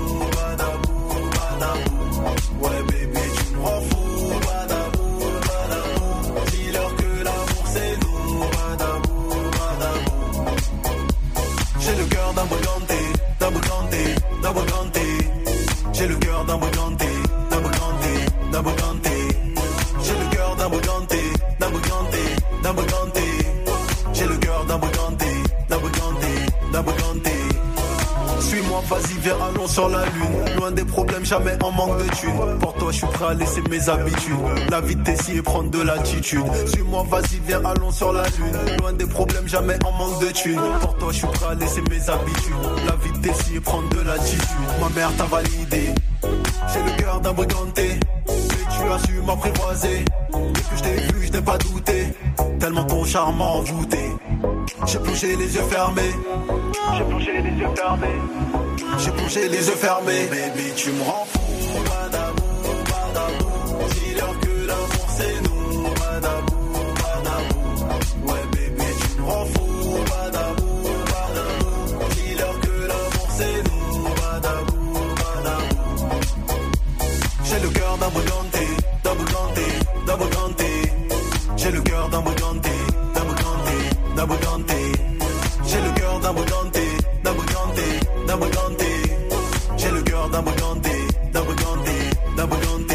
Ouais bébé, tu me rends fou, badabou, badabou. Dis-leur que l'amour c'est nous, badabou, badabou. J'ai le cœur d'un briganté, d'un briganté, d'un briganté. J'ai le cœur d'un briganté, d'un briganté, d'un briganté. J'ai le cœur d'un briganté, d'un briganté, d'un briganté. J'ai le cœur d'un briganté, d'un briganté, d'un briganté. Suis-moi, vas-y, viens, allons sur la lune. Loin des problèmes, jamais en manque de thunes. Pour toi, je suis prêt à laisser mes habitudes. La vie t'essaie et prendre de l'attitude. Suis-moi, vas-y, viens, allons sur la lune. Loin des problèmes, jamais en manque de thunes. Pour toi, je suis prêt à laisser mes habitudes. La vie t'essaie et prendre de l'attitude. Ma mère t'a validé. J'ai le cœur d'un briganté. Mais tu as su m'apprivoiser. Dès que je t'ai vu, je n'ai pas douté. Tellement ton charme m'a envoûté. J'ai plongé les yeux fermés. J'ai plongé les yeux fermés. J'ai plongé les yeux fermés. Baby, tu me rends fou, badabou, badabou. Dis-leur que l'amour c'est nous, badabou, badabou. Ouais bébé, tu me rends fou, badabou, badabou. Dis-leur que l'amour c'est nous, badabou, badabou. J'ai le cœur d'un briganté, d'un briganté, d'un briganté. J'ai le cœur d'un briganté, d'un briganté, d'un briganté. J'ai le cœur d'un briganté, d'un briganté, d'un briganté. J'ai le cœur d'un briganté, d'un briganté, d'un briganté.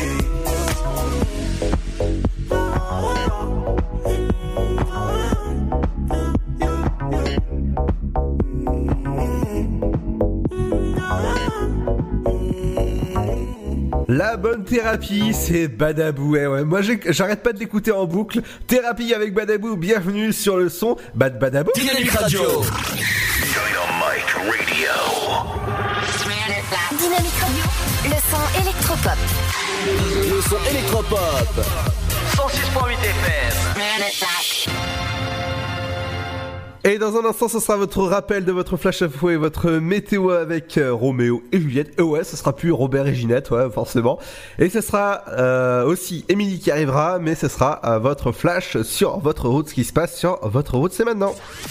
La bonne thérapie, c'est Badabou. Ouais. Moi, j'arrête pas de l'écouter en boucle. Thérapie avec Badabou. Bienvenue sur le son Badabou. Dynamique Radio. Dynamique Radio. Dynamique Radio, le son électropop. Le son électropop. 106.8 FM. Et dans un instant, ce sera votre rappel de votre flash info et votre météo avec Roméo et Juliette. Et ouais, ce sera plus Robert et Ginette, ouais, forcément. Et ce sera aussi Émilie qui arrivera, mais ce sera votre flash sur votre route. Ce qui se passe sur votre route, c'est maintenant.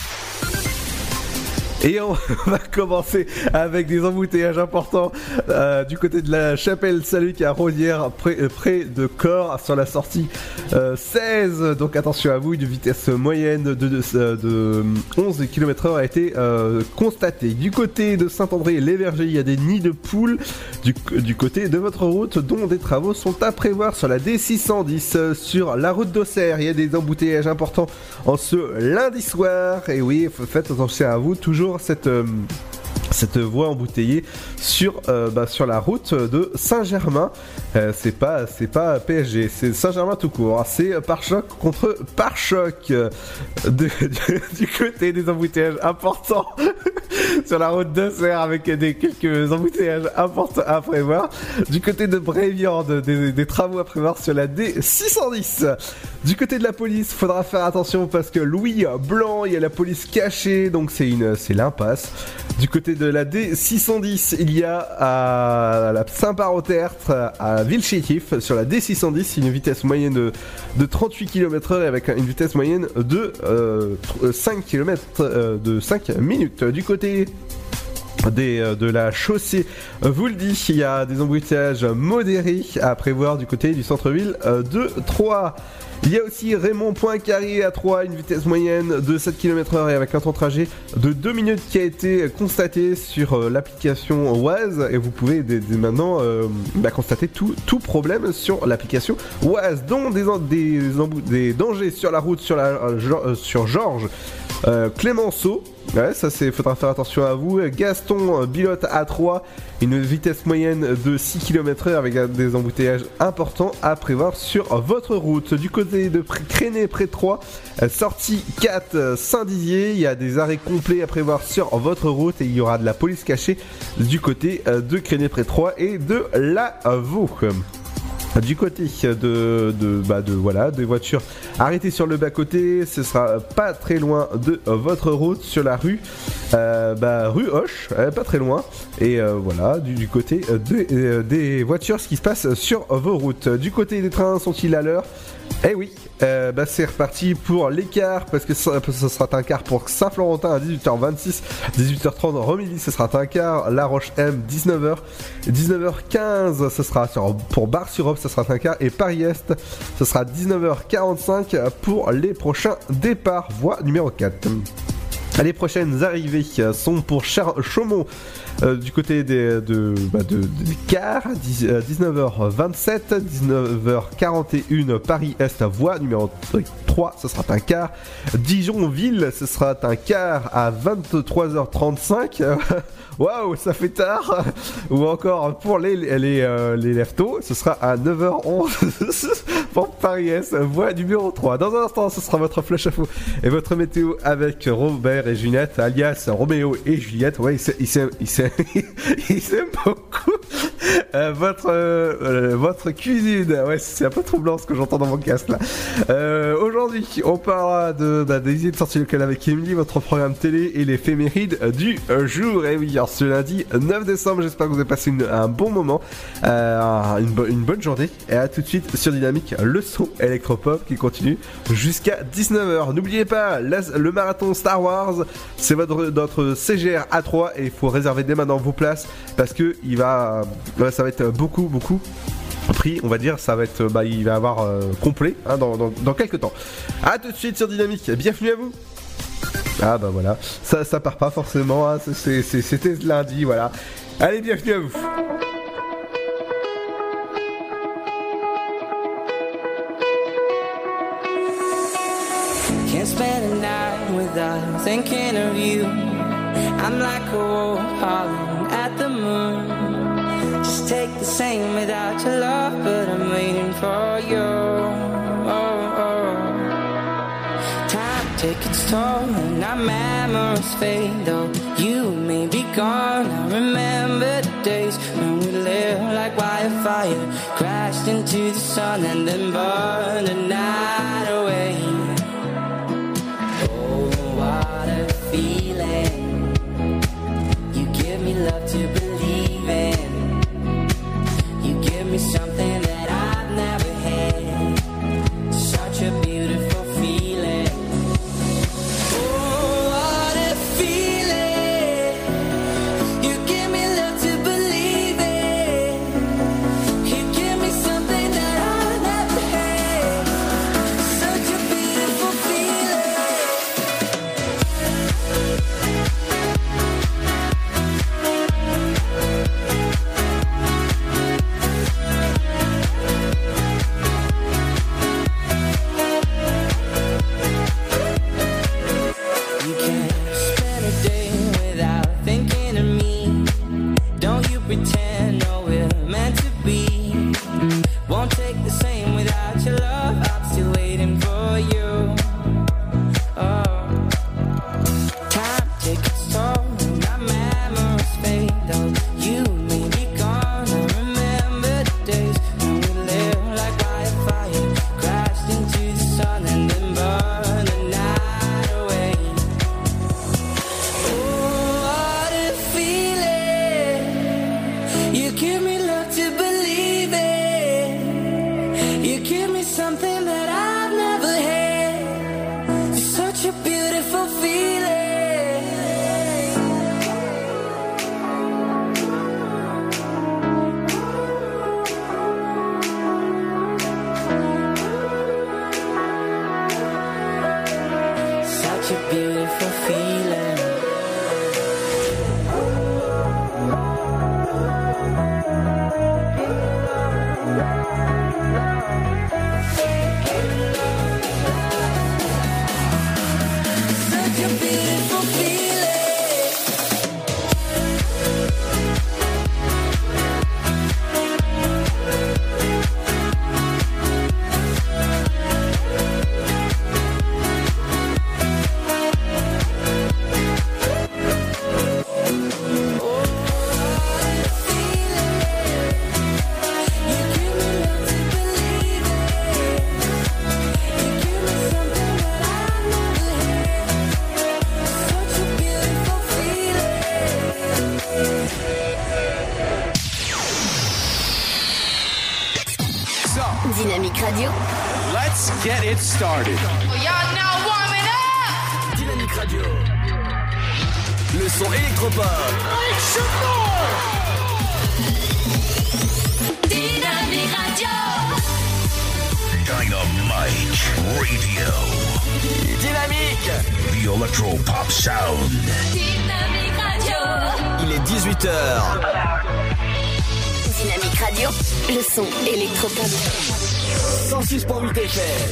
Et on va commencer avec des embouteillages importants du côté de la Chapelle Salut qui est à Rosières, près de Corps, sur la sortie 16. Donc attention à vous, une vitesse moyenne de 11 km/h a été constatée. Du côté de Saint-André-les-Vergers, il y a des nids de poules du côté de votre route, dont des travaux sont à prévoir sur la D610. Sur la route d'Auxerre, il y a des embouteillages importants en ce lundi soir. Et oui, faites attention à vous, toujours cette voie embouteillée sur la route de Saint-Germain. C'est pas PSG, c'est Saint-Germain tout court. C'est pare-choc contre pare-choc du côté des embouteillages importants sur la route d'Auxerre avec quelques embouteillages importants à prévoir. Du côté de Bréviande, des travaux à prévoir sur la D610. Du côté de la police, faudra faire attention parce que Louis Blanc, il y a la police cachée, donc c'est l'impasse. Du côté de la D610, il y a à la Saint-Barth-au-Tertre, à Villechétif, sur la D610, une vitesse moyenne de 38 km/h et avec une vitesse moyenne de 5 km de 5 minutes. Du côté de la chaussée, vous le dit, il y a des embouteillages modérés à prévoir du côté du centre-ville de Troyes. Il y a aussi Raymond Poincaré à Troyes, une vitesse moyenne de 7 km/h et avec un temps de trajet de 2 minutes qui a été constaté sur l'application Waze, et vous pouvez maintenant constater tout problème sur l'application Waze, dont des dangers sur la route sur Georges Clémenceau. Ouais, ça faudra faire attention à vous. Gaston Bilotte à 3, une vitesse moyenne de 6 km/h avec des embouteillages importants à prévoir sur votre route. Du côté de Créné près de Troyes, sortie 4 Saint-Dizier, il y a des arrêts complets à prévoir sur votre route et il y aura de la police cachée du côté de Créné près de Troyes et de la Vaux. Du côté des voitures arrêtées sur le bas-côté, ce sera pas très loin de votre route sur la rue Hoche, pas très loin. Et du côté des voitures, ce qui se passe sur vos routes. Du côté des trains, sont-ils à l'heure ? Eh oui, c'est reparti pour l'écart parce que ça sera un quart pour Saint-Florentin à 18h26, 18h30 Romilly, ce sera un quart, La Roche-M 19h, 19h15 ce sera pour Bar-sur-Aube, ce sera un quart, et Paris-Est ce sera 19h45 pour les prochains départs, voie numéro 4. Les prochaines arrivées sont pour Chaumont du côté des cars, 19h27, 19h41 Paris-Est, voie numéro 3, ce sera un quart. Dijon-Ville, ce sera un quart à 23h35. Waouh, ça fait tard. Ou encore pour les leftos, ce sera à 9h11 pour Paris-Est, voie numéro 3. Dans un instant, ce sera votre flash info et votre météo avec Robert et Ginette, alias Roméo et Juliette. Ouais, ils s'aiment beaucoup. Votre cuisine. Ouais, c'est un peu troublant ce que j'entends dans mon casque là. Aujourd'hui, on parlera des idées de sortie locale avec Emily, votre programme télé et l'éphéméride du jour. Et oui, alors ce lundi 9 décembre, j'espère que vous avez passé un bon moment, une bonne journée. Et à tout de suite sur Dynamique, le son électropop qui continue jusqu'à 19h. N'oubliez pas, le marathon Star Wars, c'est notre CGR A3 et il faut réserver dès maintenant vos places parce que ça va être beaucoup prix, on va dire, ça va être, il va y avoir complet dans quelques temps. A tout de suite sur Dynamique, bienvenue à vous. Ah voilà, ça part pas forcément, hein. C'était lundi, voilà. Allez, bienvenue à vous. Can't spend a night without thinking of you. I'm like a wolf howling at the moon. Just take the same without your love, but I'm waiting for you. Time takes its toll and our memories fade. Though you may be gone, I remember the days when we lived like wildfire, crashed into the sun and then burned the night away. What a feeling. You give me love to believe in. You give me something that I've never had. Such a beautiful feeling. Oh, what a feeling. You give me love to believe in. You give me something that I've never had. beautiful feeling. Such a beautiful feeling. Dynamique Radio. Let's get it started. Y'all now warming up. Dynamique Radio. Le son électropop. Dynamique Radio. Dynamite Radio. Dynamique. The Electropop Sound. Dynamique Radio. Il est 18h. Dynamique Radio. Le son électropop. 106.8 FM.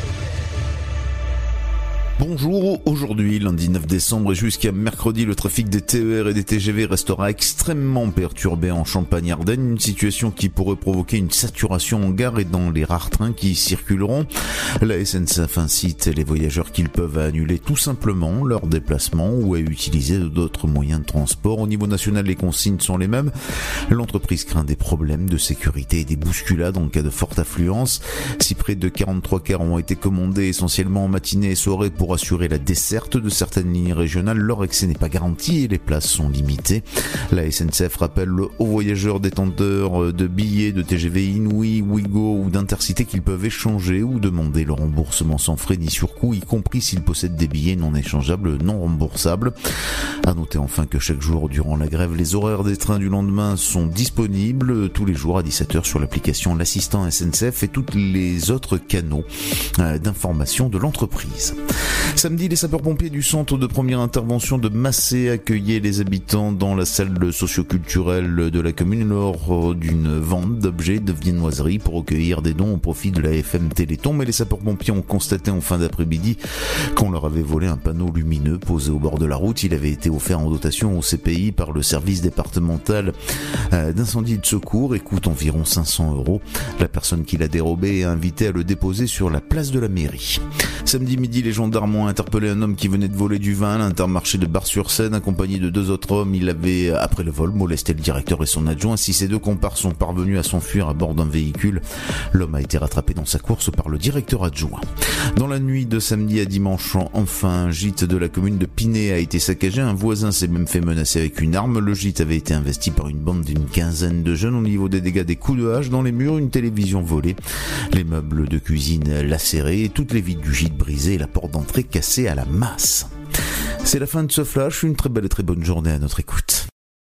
Bonjour, aujourd'hui, lundi 9 décembre et jusqu'à mercredi, le trafic des TER et des TGV restera extrêmement perturbé en Champagne-Ardenne, une situation qui pourrait provoquer une saturation en gare et dans les rares trains qui circuleront. La SNCF incite les voyageurs qu'ils peuvent annuler tout simplement leur déplacement ou à utiliser d'autres moyens de transport. Au niveau national, les consignes sont les mêmes. L'entreprise craint des problèmes de sécurité et des bousculades en cas de forte affluence. Si près de 43 cars ont été commandés essentiellement en matinée et soirée pour assurer la desserte de certaines lignes régionales, leur accès n'est pas garanti et les places sont limitées. La SNCF rappelle aux voyageurs détenteurs de billets de TGV Inouï, Ouigo ou d'Intercité qu'ils peuvent échanger ou demander le remboursement sans frais ni surcoût, y compris s'ils possèdent des billets non échangeables, non remboursables. À noter enfin que chaque jour durant la grève, les horaires des trains du lendemain sont disponibles tous les jours à 17h sur l'application L'Assistant SNCF et tous les autres canaux d'information de l'entreprise. Samedi, les sapeurs-pompiers du centre de première intervention de Massé accueillaient les habitants dans la salle socio-culturelle de la commune lors d'une vente d'objets de viennoiserie pour recueillir des dons au profit de la FM Téléthon. Mais les sapeurs-pompiers ont constaté en fin d'après-midi qu'on leur avait volé un panneau lumineux posé au bord de la route. Il avait été offert en dotation au CPI par le service départemental d'incendie et de secours et coûte environ 500 €. La personne qui l'a dérobé est invitée à le déposer sur la place de la mairie. Samedi midi, les gendarmes ont interpellé un homme qui venait de voler du vin à l'Intermarché de Bar-sur-Seine, accompagné de 2 autres hommes. Il avait, après le vol, molesté le directeur et son adjoint. Si ces 2 comparses sont parvenus à s'enfuir à bord d'un véhicule, l'homme a été rattrapé dans sa course par le directeur adjoint. Dans la nuit de samedi à dimanche, enfin, un gîte de la commune de Pinet a été saccagé. Un voisin s'est même fait menacer avec une arme. Le gîte avait été investi par une bande d'une quinzaine de jeunes. Au niveau des dégâts, des coups de hache dans les murs, une télévision volée, les meubles de cuisine lacérés et toutes les vitres du gîte brisées et la porte d'entrée cassée à la masse. C'est la fin de ce flash, une très belle et très bonne journée à notre écoute.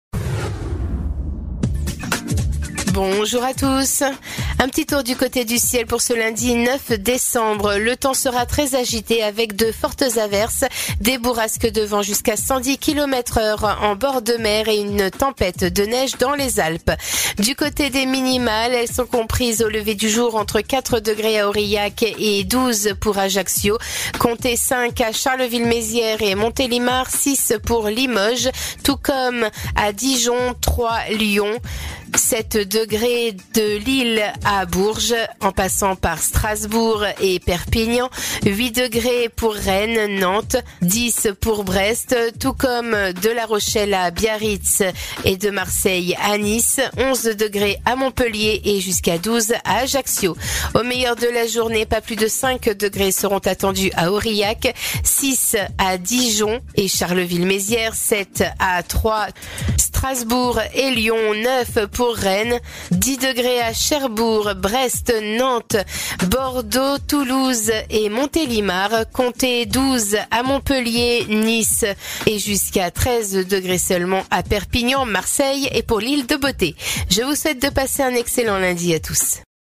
Bonjour à tous. Un petit tour du côté du ciel pour ce lundi 9 décembre. Le temps sera très agité avec de fortes averses, des bourrasques de vent jusqu'à 110 km/h en bord de mer et une tempête de neige dans les Alpes. Du côté des minimales, elles sont comprises au lever du jour entre 4 degrés à Aurillac et 12 pour Ajaccio. Comptez 5 à Charleville-Mézières et Montélimar, 6 pour Limoges, tout comme à Dijon, 3 Lyon. 7 degrés de Lille à Bourges, en passant par Strasbourg et Perpignan, 8 degrés pour Rennes, Nantes, 10 pour Brest, tout comme de La Rochelle à Biarritz et de Marseille à Nice, 11 degrés à Montpellier et jusqu'à 12 à Ajaccio. Au meilleur de la journée, pas plus de 5 degrés seront attendus à Aurillac, 6 à Dijon et Charleville-Mézières, 7 à Troyes, Strasbourg et Lyon, 9 pour Rennes, 10 degrés à Cherbourg, Brest, Nantes, Bordeaux, Toulouse et Montélimar, comptez 12 à Montpellier, Nice et jusqu'à 13 degrés seulement à Perpignan, Marseille et pour l'île de Beauté. Je vous souhaite de passer un excellent lundi à tous.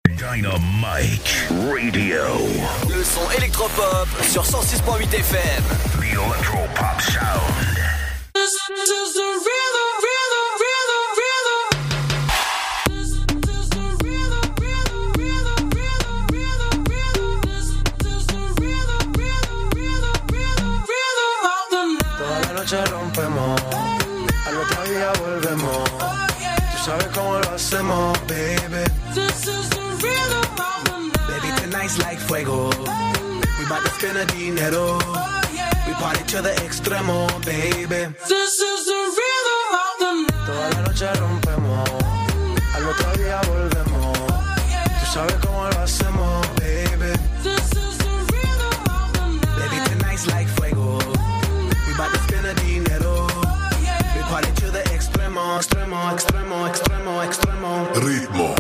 Dynamite Radio. Le son électropop sur 106.8 FM. The Electropop Sound. This is the rhythm, rhythm, rhythm, rhythm. This is the rhythm, rhythm, rhythm, rhythm, rhythm, rhythm. This is the rhythm, rhythm, rhythm, rhythm, rhythm of the night. Toda la noche rompemos, al otro día volvemos. Tú sabes cómo lo hacemos, baby. This is the rhythm of the night. Baby, tonight's like fuego. We bout to spend the dinero. We party to the extremo, baby. This is the rhythm of the night. Toda la noche rompemos, al otro día volvemos. Tú sabes cómo lo hacemos, baby. This is the rhythm of the night. Baby, tonight's like fuego. We bout to spend the dinero. We party to the extremo, extremo, extremo, extremo, extremo. Ritmo.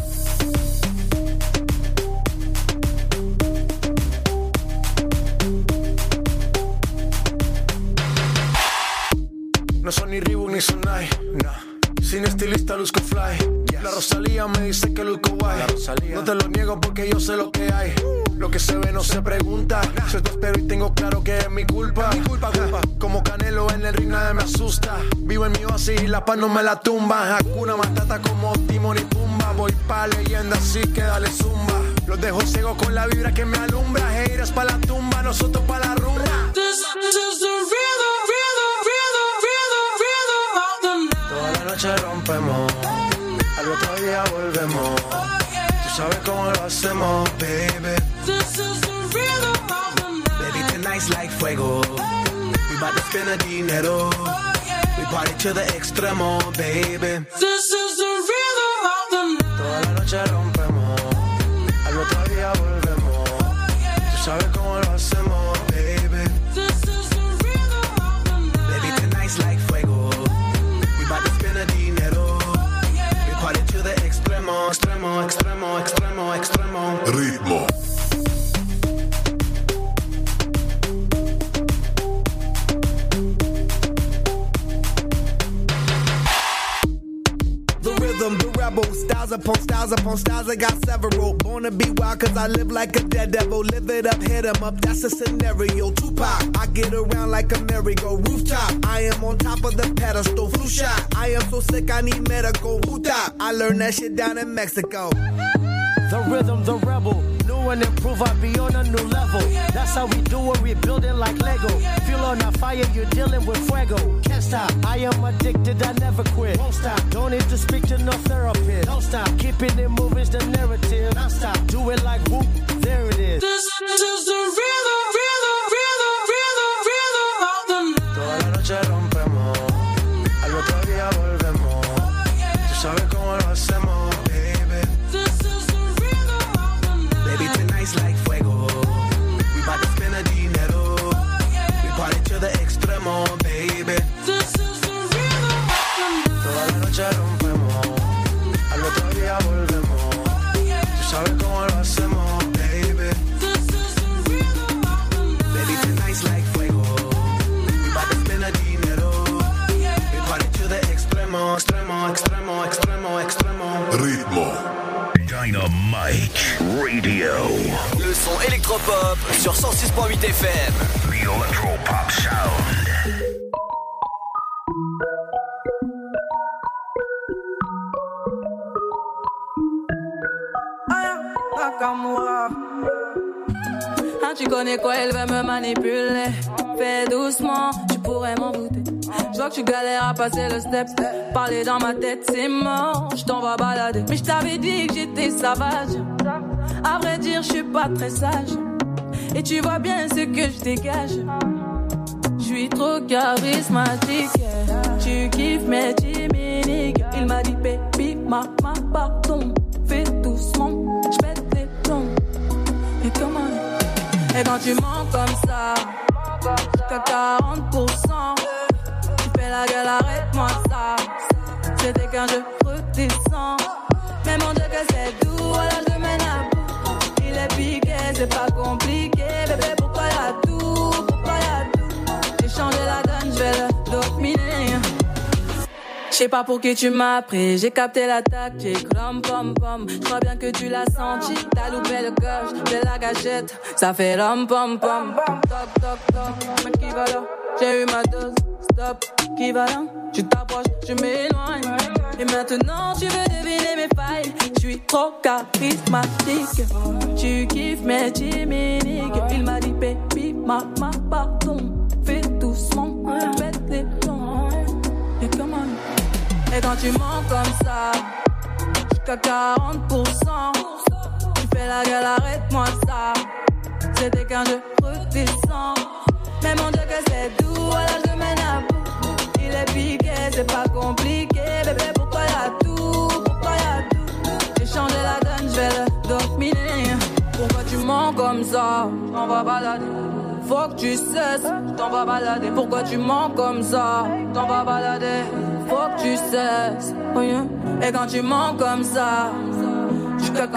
No son ni Reebok ni Sonai, no. Sin estilista luzco fly. La Rosalía me dice que luzco guay. No te lo niego porque yo sé lo que hay. Lo que se ve no se pregunta. Yo te espero y tengo claro que es mi culpa. Como Canelo en el ring nadie me asusta. Vivo en mi oasis y la paz no me la tumba. Hakuna Matata como Timon y Pumba. Voy pa' leyenda así que dale zumba. Los dejo ciego con la vibra que me alumbra. Haters pa' la tumba, nosotros pa' la rumba. This is the rhythm, rhythm, rhythm, rhythm, rhythm of the night. Toda la noche rompemos, al otro día volvemos. Tú sabes cómo lo hacemos, baby. This is the rhythm of the night. Baby, tonight's like fuego. We bout to spend the dinero. We party to the extremo, baby. This is the rhythm of the night. Toda la noche rompemos, al otro día volvemos. Tú sabes cómo lo hacemos, baby. This is the rhythm of the night. Baby, tonight's like fuego. We bout to spend the dinero. We party to the extremo, extremo, extremo, extremo, extremo. Ritmo. The rebel, styles upon styles upon styles, I got several. Born to be wild cause I live like a dead devil. Live it up, hit 'em up, that's a scenario. Tupac, I get around like a merry-go rooftop. I am on top of the pedestal, flu shot. I am so sick I need medical. Hootah, I learned that shit down in Mexico. The rhythm, the rebel. New and improve, I be on a new level. That's how we do it, we build it like Lego. Feel on a fire, you're dealing with fuego. Can't stop, I am addicted, I never quit. Won't stop, don't need to speak to no therapist. Don't stop, keeping it moving's the narrative. Don't stop, do it like whoop, there it is. This is the rhythm, rhythm, rhythm, rhythm, rhythm of the night. Toda la noche rompemos, al otro día volvemos. Tú sabes cómo lo hacemos, baby. This is the rhythm of the night. Baby, tonight's like fuego. We bout to spend the dinero. We party to the extremo, baby. This is the rhythm of the night. Toda la noche rompemos, al otro día volvemos. Tú sabes cómo lo hacemos, baby. This is the rhythm of the night. Baby, tonight's like fuego. We bout to spend the dinero. We party to the extremo, extremo, extremo, extremo, extremo. Ritmo. Dynamite Radio. Le son électropop sur 106.8 FM. The Electropop Sound. Nakamura. Ah, tu connais quoi, elle va me manipuler. Fais doucement, tu pourrais m'en douter. Je vois que tu galères à passer le step. Parler dans ma tête, c'est mort. Je t'en vais balader. Mais je t'avais dit que j'étais sauvage. À vrai dire, je suis pas très sage. Et tu vois bien ce que je dégage. Je suis trop charismatique. Tu kiffes mes chimiques. Il m'a dit, baby, maman, pardon. Fais doucement, je pète les plombs. Mais comment? Et quand tu mens comme ça, t'as 40%. Tu fais la gueule, arrête-moi ça. C'était qu'un jeu redescend. Mais mon Dieu que c'est doux, alors je mène à bout. Il est piqué, c'est pas compliqué. Bébé, pourquoi y'a tout? Pourquoi y'a tout? J'ai changé la donne, je vais le dominer. Je sais pas pour qui tu m'as pris, j'ai capté la tactique. Rom pom pom, je crois bien que tu l'as senti. T'as loupé le coche de la gâchette, ça fait rom pom pom. Toc toc toc, mais qui va là? J'ai eu ma dose, stop, qui va là? Tu t'approches, je m'éloigne. Et maintenant tu veux deviner mes failles. Je suis trop charismatique. Tu kiffes mes chimiques. Il m'a dit baby, mama, pardon. Fais doucement, pète les plombs. Et comment? Et quand tu mens comme ça, jusqu'à 40%, tu fais la gueule, arrête-moi ça. C'était quand je redescends. Mais mon Dieu que c'est doux, alors je mène à bout. Il est piqué, c'est pas compliqué. Bébé, pourquoi y'a tout? Pourquoi y'a tout? J'ai changé la donne, je vais le dominer. Pourquoi tu mens comme ça? On va balader. Faut que tu cesses, t'en vas balader. Pourquoi tu mens comme ça? T'en vas balader. Faut que tu cesses. Oh yeah. Et quand tu mens comme ça, jusqu'à 40%,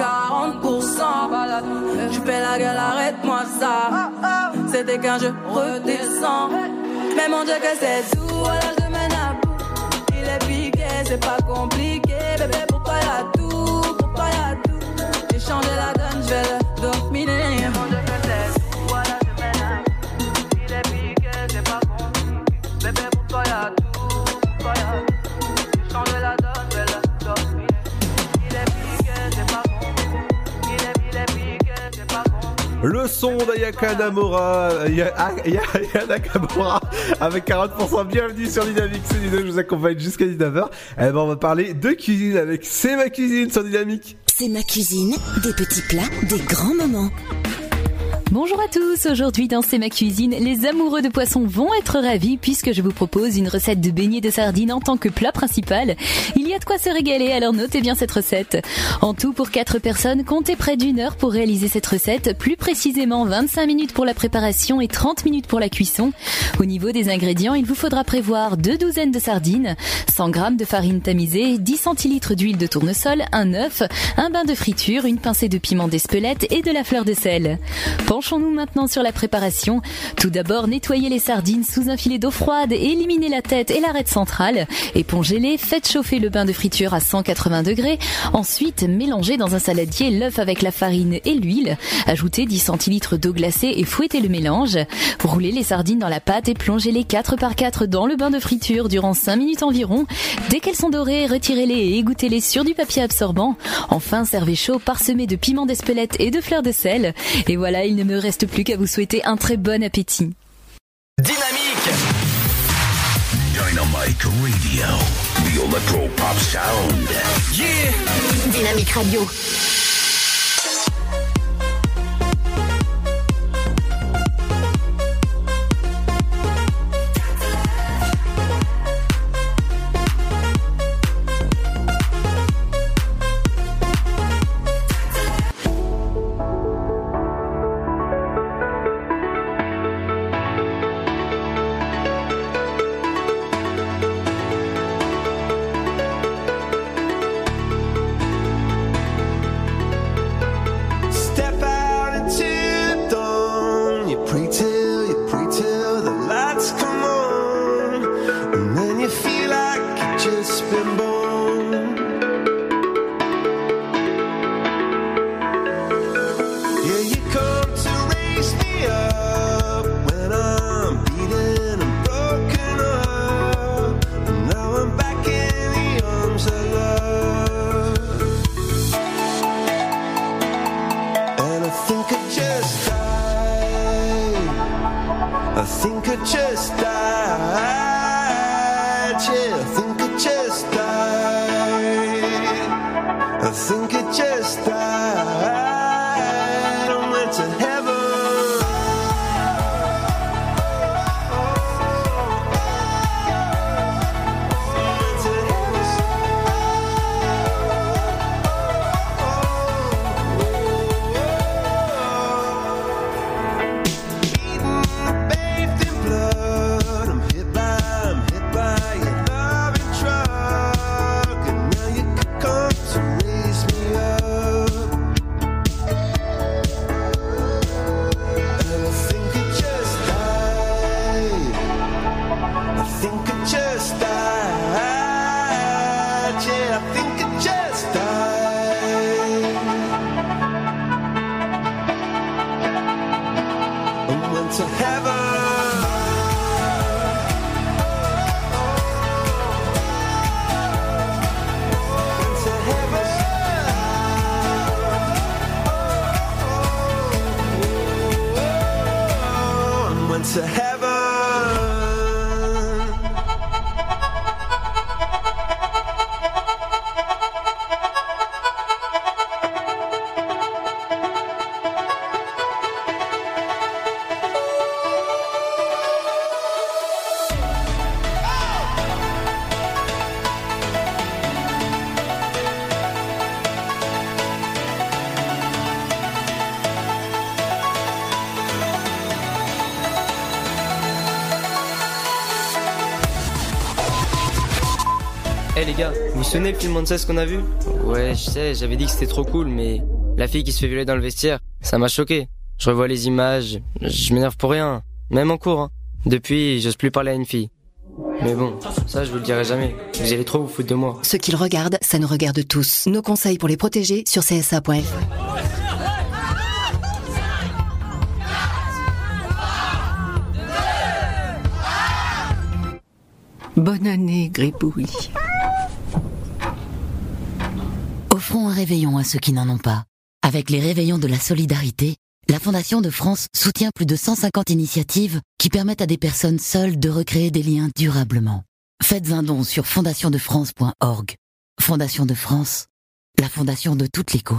tu fais la gueule, arrête-moi ça. C'était quand je redescends. Mais mon Dieu que c'est doux, alors je mène à bout. Il est piqué, c'est pas compliqué. Bébé, pourquoi y'a tout? Pourquoi y'a tout? J'ai changé la donne, je vais le dominer. Mon Dieu que c'est doux, alors je mène à bout. Il est piqué, c'est pas compliqué. Bébé, pourquoi y'a tout? Pourquoi y'a tout? J'ai changé la donne, je vais le dominer. Il est piqué, c'est pas compliqué. Il est piqué, c'est pas compliqué. Le son d'Ayaka Nakamura, Nakamura avec 40%. Bienvenue sur Dynamique, c'est Dino, je vous accompagne jusqu'à 19h. Eh ben, on va parler de cuisine avec C'est ma cuisine sur Dynamique. C'est ma cuisine, des petits plats, des grands moments. Bonjour à tous, aujourd'hui dans C'est ma cuisine, les amoureux de poissons vont être ravis puisque je vous propose une recette de beignets de sardines en tant que plat principal. Il y a de quoi se régaler, alors notez bien cette recette. En tout, pour 4 personnes, comptez près d'1 heure pour réaliser cette recette, plus précisément 25 minutes pour la préparation et 30 minutes pour la cuisson. Au niveau des ingrédients, il vous faudra prévoir 2 douzaines de sardines, 100 g de farine tamisée, 10 centilitres d'huile de tournesol, un œuf, un bain de friture, une pincée de piment d'Espelette et de la fleur de sel. Penchons-nous maintenant sur la préparation. Tout d'abord, nettoyez les sardines sous un filet d'eau froide, éliminez la tête et l'arête centrale, épongez-les, faites chauffer le bain de friture à 180 degrés. Ensuite, mélangez dans un saladier l'œuf avec la farine et l'huile. Ajoutez 10 centilitres d'eau glacée et fouettez le mélange. Roulez les sardines dans la pâte et plongez-les 4 par 4 dans le bain de friture durant 5 minutes environ. Dès qu'elles sont dorées, retirez-les et égouttez-les sur du papier absorbant. Enfin, servez chaud, parsemé de piment d'Espelette et de fleur de sel. Et voilà, il ne me reste plus qu'à vous souhaiter un très bon appétit. Dynamique Radio, the electro pop sound. Yeah. Dynamique Radio. Hit by your love. les gars, vous vous souvenez le film Monsters qu'on a vu? Ouais, je sais, j'avais dit que c'était trop cool, mais la fille qui se fait violer dans le vestiaire, ça m'a choqué. Je revois les images, je m'énerve pour rien, même en cours. Depuis, j'ose plus parler à une fille. Mais bon, ça je vous le dirai jamais. Vous allez trop vous foutre de moi. Ce qu'ils regardent, ça nous regarde tous. Nos conseils pour les protéger sur csa.fr. Bonne année, Gribouille. Offrons un réveillon à ceux qui n'en ont pas. Avec les réveillons de la solidarité, la Fondation de France soutient plus de 150 initiatives qui permettent à des personnes seules de recréer des liens durablement. Faites un don sur fondationdefrance.org. Fondation de France, la fondation de toute l'éco.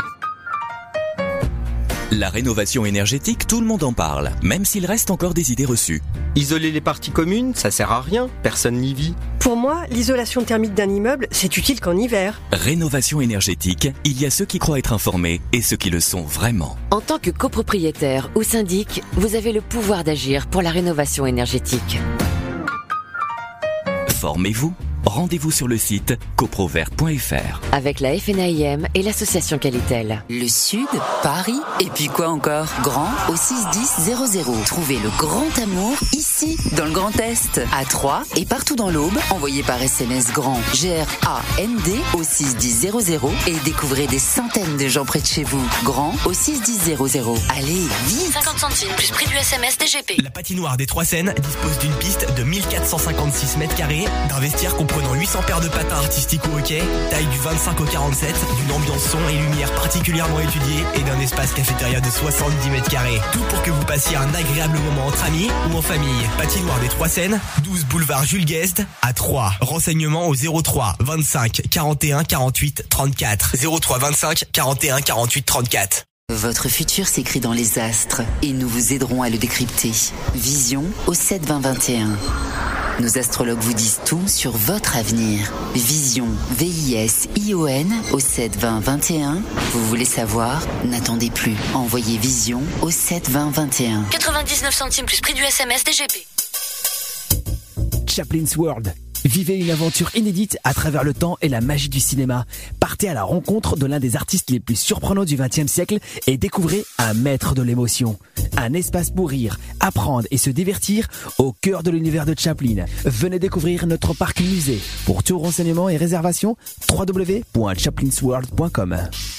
La rénovation énergétique, tout le monde en parle, même s'il reste encore des idées reçues. Isoler les parties communes, ça sert à rien, personne n'y vit. Pour moi, l'isolation thermique d'un immeuble, c'est utile qu'en hiver. Rénovation énergétique, il y a ceux qui croient être informés et ceux qui le sont vraiment. En tant que copropriétaire ou syndic, vous avez le pouvoir d'agir pour la rénovation énergétique. Formez-vous. Rendez-vous sur le site coprovert.fr. Avec la FNAIM et l'association Qualitel. Le Sud, Paris, et puis quoi encore? Grand au 61000. Trouvez le grand amour ici, dans le Grand Est, à Troyes et partout dans l'Aube. Envoyez par SMS grand GRAND au 61000 et découvrez des centaines de gens près de chez vous. Grand au 61000. Allez, vite! 50 centimes plus prix du SMS DGP. La patinoire des Trois Seines dispose d'une piste de 1456 mètres carrés, d'un vestiaire comprenant 800 paires de patins artistiques au hockey, taille du 25 au 47, d'une ambiance son et lumière particulièrement étudiée et d'un espace cafétéria de 70 mètres carrés. Tout pour que vous passiez un agréable moment entre amis ou en famille. Patinoire des Trois Seines, 12 boulevard Jules Guesde à Troyes. Renseignements au 03 25 41 48 34. 03 25 41 48 34. Votre futur s'écrit dans les astres et nous vous aiderons à le décrypter. Vision au 7 20 21. Nos astrologues vous disent tout sur votre avenir. Vision, VISION au 7 20 21. Vous voulez savoir? N'attendez plus. Envoyez Vision au 7 20 21. 99 centimes plus prix du SMS DGP. Chaplin's World. Vivez une aventure inédite à travers le temps et la magie du cinéma. Partez à la rencontre de l'un des artistes les plus surprenants du XXe siècle et découvrez un maître de l'émotion. Un espace pour rire, apprendre et se divertir au cœur de l'univers de Chaplin. Venez découvrir notre parc musée. Pour tout renseignement et réservation, www.chaplinsworld.com.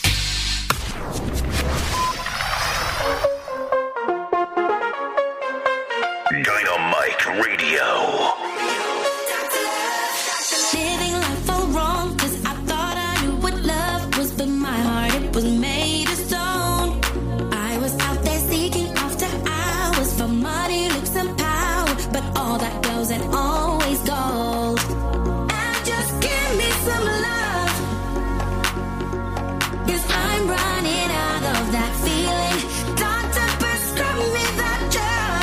Dynamite Radio. Living life all wrong, 'cause I thought I knew what love was, but my heart, it was made of stone. I was out there seeking after hours for money, looks and power, but all that goes and always gold. And just give me some love, 'cause I'm running out of that feeling. Doctor, prescribe me that drug,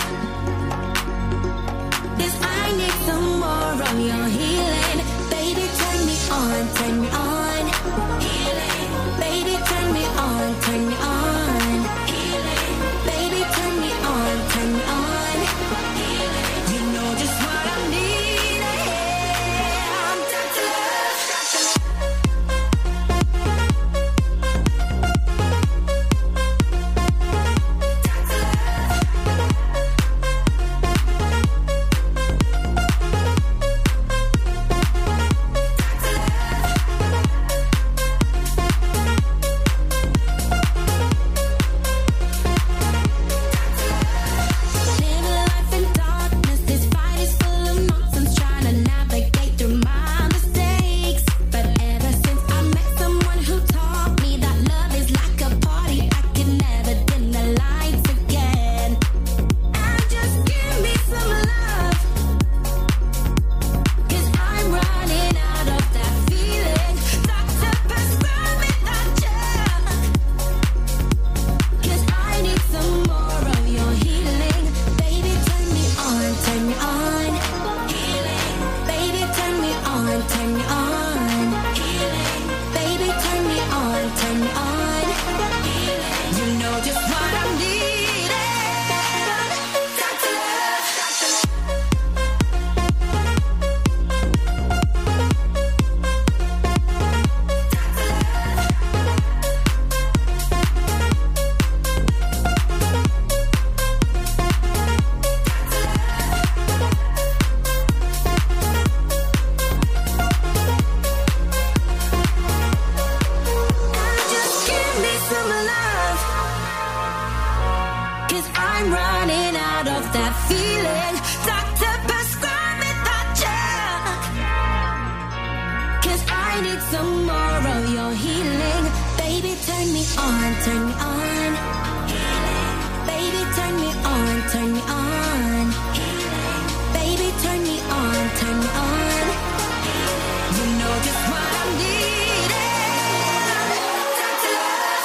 'cause I need some more of your healing. Baby, turn me on, turn me on. Healing. Baby, turn me on, turn me on. Healing. Baby, turn me on, turn me on. Healing. You know just what I need. I'm down to I need some more of your healing. Baby, turn me on, turn me on. Baby, turn me on, turn me on. Baby, turn me on, turn me on. You know just what I'm needing. Dr. Love.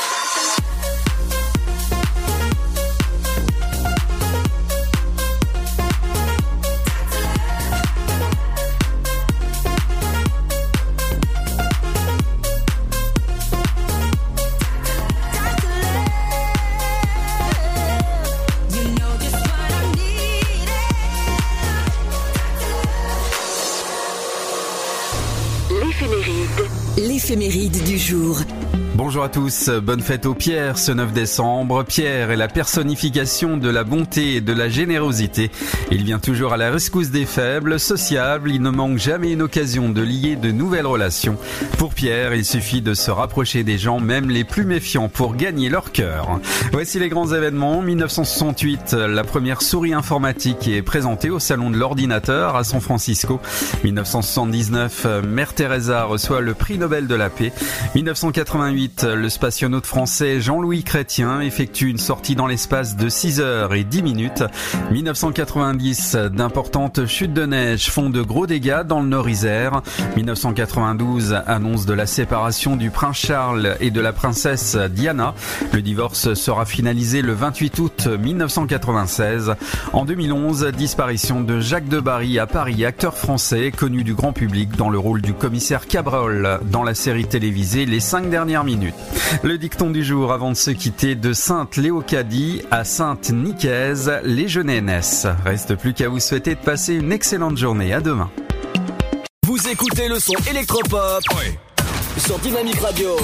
L'éphéméride du jour. Bonjour à tous, bonne fête aux Pierre ce 9 décembre. Pierre est la personnification de la bonté et de la générosité. Il vient toujours à la rescousse des faibles, sociable, il ne manque jamais une occasion de lier de nouvelles relations. Pour Pierre, il suffit de se rapprocher des gens, même les plus méfiants, pour gagner leur cœur. Voici les grands événements. 1968, la première souris informatique est présentée au salon de l'ordinateur à San Francisco. 1979, Mère Teresa reçoit le prix Nobel de la paix. 1988, le spationaute français Jean-Louis Chrétien effectue une sortie dans l'espace de 6h10. 1990, d'importantes chutes de neige font de gros dégâts dans le Nord-Isère. 1992, annonce de la séparation du prince Charles et de la princesse Diana. Le divorce sera finalisé le 28 août 1996. En 2011, disparition de Jacques Debarry à Paris, acteur français connu du grand public dans le rôle du commissaire Cabrol dans la série télévisée Les 5 dernières minutes. Le dicton du jour avant de se quitter: de Sainte-Léocadie à Sainte-Nicaise, les Genêts naissent. Reste plus qu'à vous souhaiter de passer une excellente journée. À demain. Vous écoutez le son électropop sur Dynamique Radio.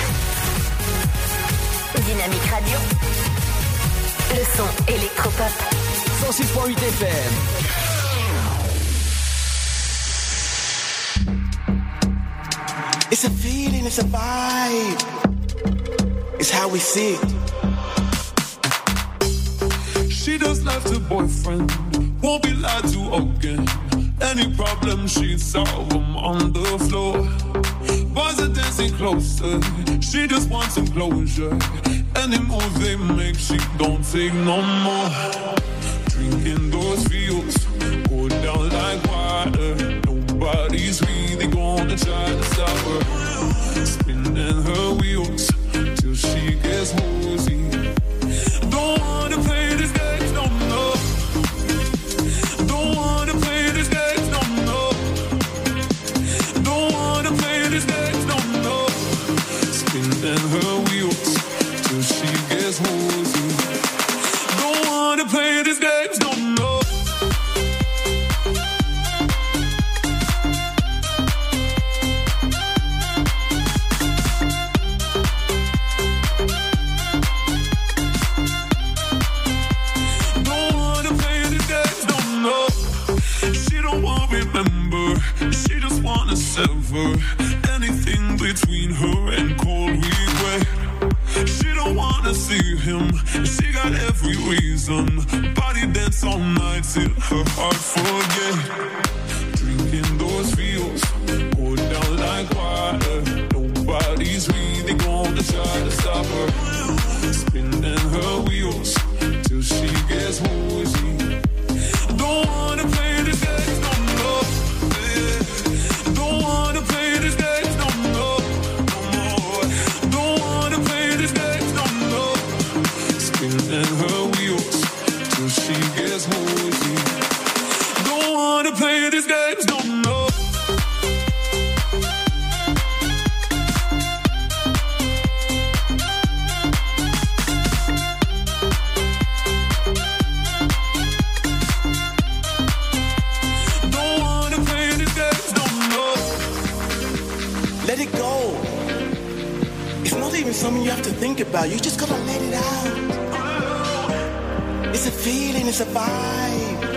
Dynamique Radio. Le son électropop. 106.8 FM. It's a feeling, it's a vibe. It's how we see it. She just left her boyfriend, won't be lied to again. Any problem she'd solve them on the floor. Boys are dancing closer, she just wants some closure. Any move they make, she don't take no more. Drinking those feels, go down like water. Nobody's really gonna try to stop her. Spinning her wheels till she gets woozy. Don't wanna play this game, no, no. Don't wanna play this game, no, no. Don't wanna play this game, no, no. Spinning her wheels till she gets woozy. Don't wanna play this game, no, no. She just wanna sever anything between her and cold regret. She don't wanna see him, she got every reason. Body dance all night till her heart forget. Drinking those feels, go down like water. Nobody's really gonna try to stop her. Spinning her wheels till she gets woozy. Don't wanna play this game, no, no. Don't wanna play this game, no, no, no more. Don't wanna play this game, no, no. Spinning her wheels till she gets woozy. Don't wanna play this game, no, no. Let it go. It's not even something you have to think about. You just gotta let it out. It's a feeling, it's a vibe.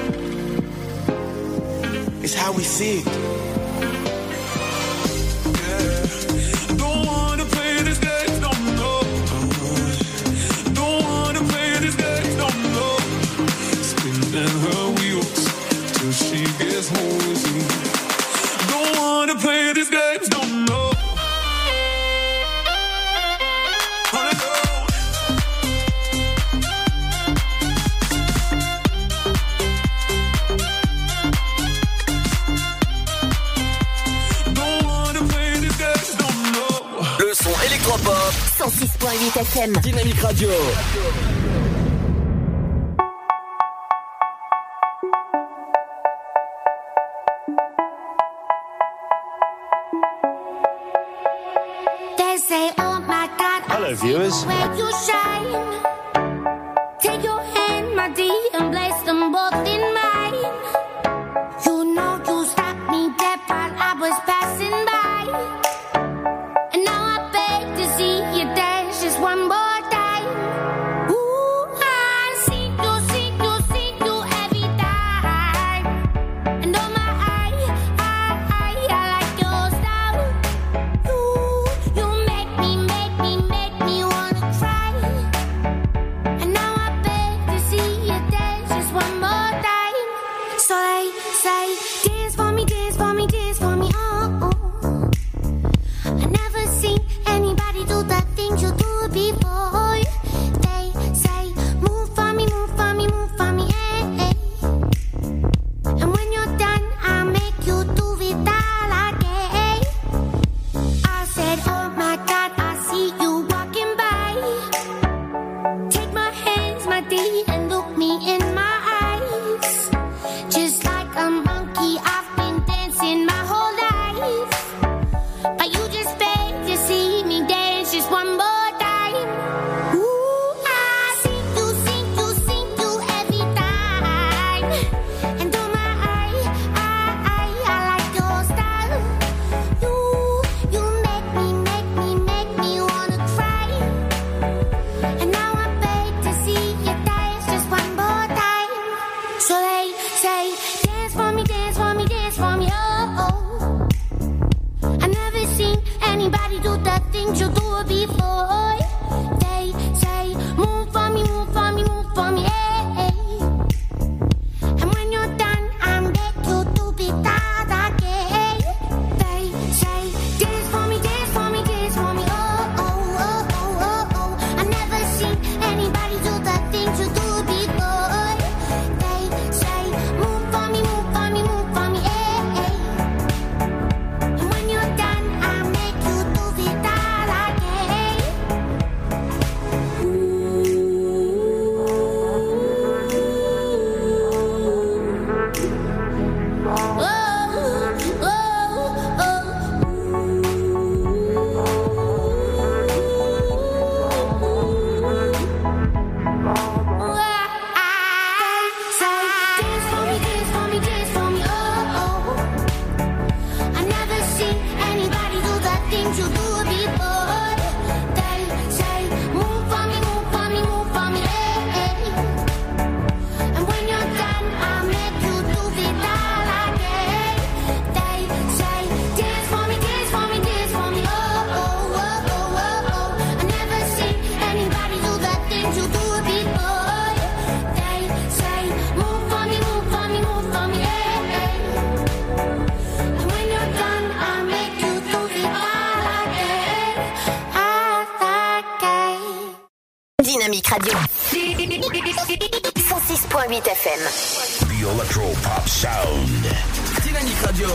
It's how we see it. Yeah. Don't wanna play this game, no, no. Don't wanna play this game, no, no. Spinning her wheels till she gets woozy. Don't wanna play this game, no, no. électropop. 106.8 FM. Dynamique Radio. They say, oh my God, Hello, viewers. where you shine. Take your hand, my dear, and place them both in mine. You know you stopped me dead while I was passing by. And now I beg to see you dance just one more time. Ooh, I see you every time. And oh my, I like your style. You make me wanna cry. And now I beg to see you dance just one more time. So they say, dance for me, dance for me, dance for me, oh, oh. I never seen anybody do the things you do before. They say, move for me, move for me, move for me, hey, hey. And when you're done, I'll make you do it all again. I said, oh my God, I see you walking by. Take my hands, my dear, and look me in my eyes. Just like a monkey, I've been dancing my whole life. But you just beg to see me dance just one more time. Ooh, I see you every time. And oh my, I like your style. You make me wanna cry. And now I beg to see you dance just one more time. So they say, dance for me, dance for me, dance for me, oh, oh. I never seen anybody do the things you do before. They say, move for me, move for me, move for me, hey, hey. And when you're done, I'll make you do it all again. They say, dance for me, dance for me, dance for me, oh, oh, oh, oh, oh, oh. I never seen anybody do the things you do before. They say, move for me, move for me, move for me, hey, hey. And when you're done, I'll make you do it all again. Dynamique Radio. 106.8 FM. The Electro Pop Sound. Dynamique Radio.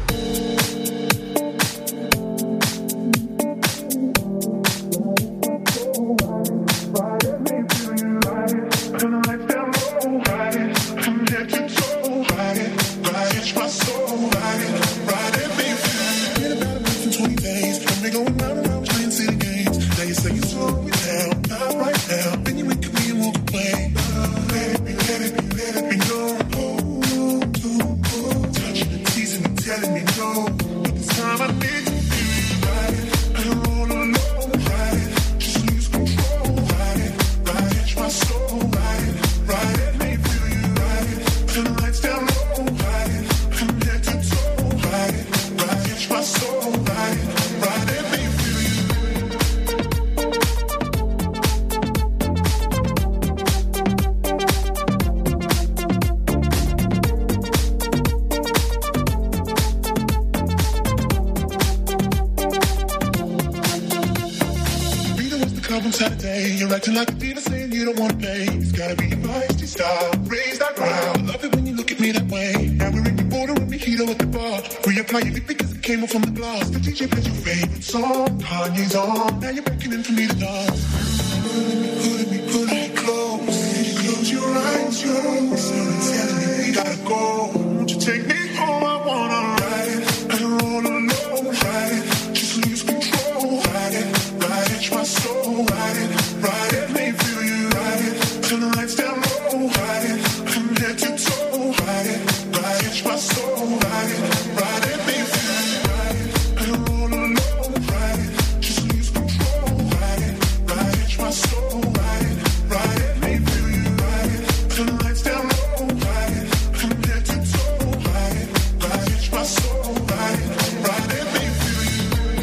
You're acting like a diva saying you don't wanna pay. It's gotta be your feisty style. Raise that ground. Love it when you look at me that way. Now we're in your border with mojito at the bar. Reapplying it because it came off from the glass. The DJ plays your favorite song, Kanye's on. Now you're beckoning for me to dance. Put me close. Close your eyes, you're telling me we gotta go. Won't you take me home? I wanna ride it. I don't roll alone. Ride it, just lose control. Ride it, my soul. Ride it, let me feel you. Ride it, turn the lights down low. Ride it, from head to toe. Ride it, my soul. Ride it, let me feel you. Ride it, I don't roll alone. Ride it, just lose control. Ride it, my soul. Ride it, let me feel you. Ride it, turn the lights down low. Ride it, from head to toe. Ride it, my soul. Ride it, let me feel you.